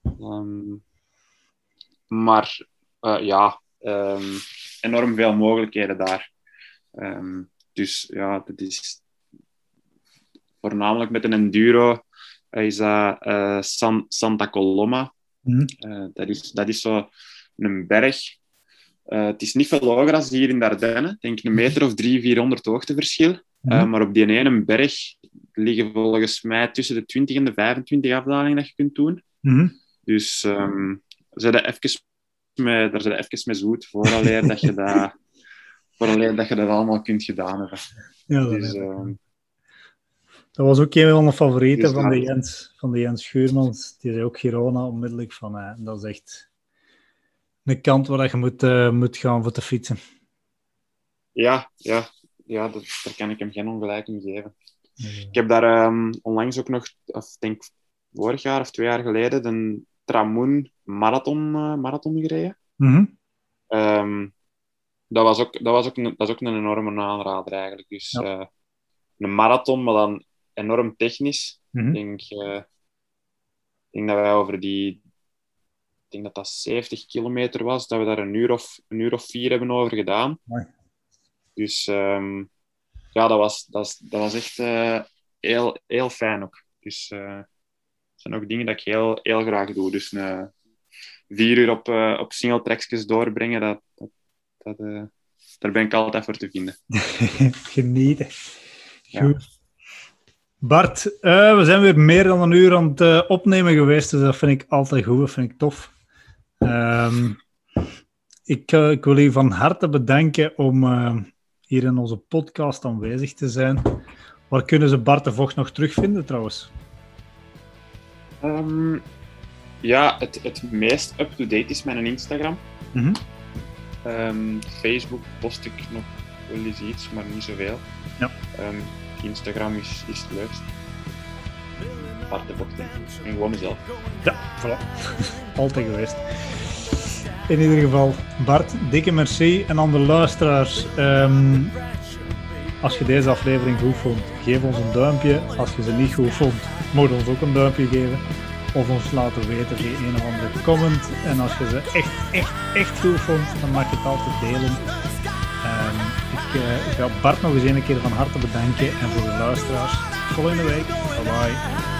Maar ja, enorm veel mogelijkheden daar. Dus ja, dat is voornamelijk met een enduro is dat Santa Coloma. Mm-hmm. Dat is zo een berg. Het is niet veel hoger dan hier in de Ardennen. Ik denk 1 meter of 300-400 hoogteverschil. Mm-hmm. Maar op die ene berg liggen volgens mij tussen de 20 en de 25 afdalingen dat je kunt doen. Mm-hmm. Dus daar zijn we even mee zoet vooraleer dat je dat allemaal kunt gedaan hebben. Ja, dus, dat was ook een van de favorieten dus van de Jens Schuurmans. Die zei ook Girona onmiddellijk van, dat is echt een kant waar je moet gaan voor te fietsen. Ja, daar kan ik hem geen ongelijk in geven. Ja. Ik heb daar onlangs ook nog, of denk vorig jaar of 2 jaar geleden, de Tramoen marathon gereden. Mm-hmm. Dat is ook een enorme aanrader eigenlijk. Dus een marathon, maar dan enorm technisch. Mm-hmm. Ik denk dat wij over ik denk dat 70 kilometer was, dat we daar een uur of 4 hebben over gedaan. Mooi. Dus ja, dat was echt heel, heel fijn ook. Dus dat zijn ook dingen dat ik heel, heel graag doe. Dus 4 uur op single tracksjes doorbrengen, daar ben ik altijd voor te vinden. Genieten. Goed. Ja. Bart, we zijn weer meer dan 1 uur aan het opnemen geweest, dus dat vind ik altijd goed, dat vind ik tof. Ik wil u van harte bedanken om hier in onze podcast aanwezig te zijn. Waar kunnen ze Bart de Vocht nog terugvinden trouwens? Ja, het meest up-to-date is mijn Instagram. Mm-hmm. Facebook post ik nog wel eens iets, maar niet zoveel. Ja. Instagram is het leukst. Bart de Vocht en gewoon mezelf. Ja, voilà. Altijd geweest. In ieder geval, Bart, dikke merci. En aan de luisteraars, als je deze aflevering goed vond, geef ons een duimpje. Als je ze niet goed vond, moet je ons ook een duimpje geven. Of ons laten weten via een of andere comment. En als je ze echt goed vond, dan mag je het altijd delen. Ik ga Bart nog eens een keer van harte bedanken. En voor de luisteraars, volgende week. Bye bye.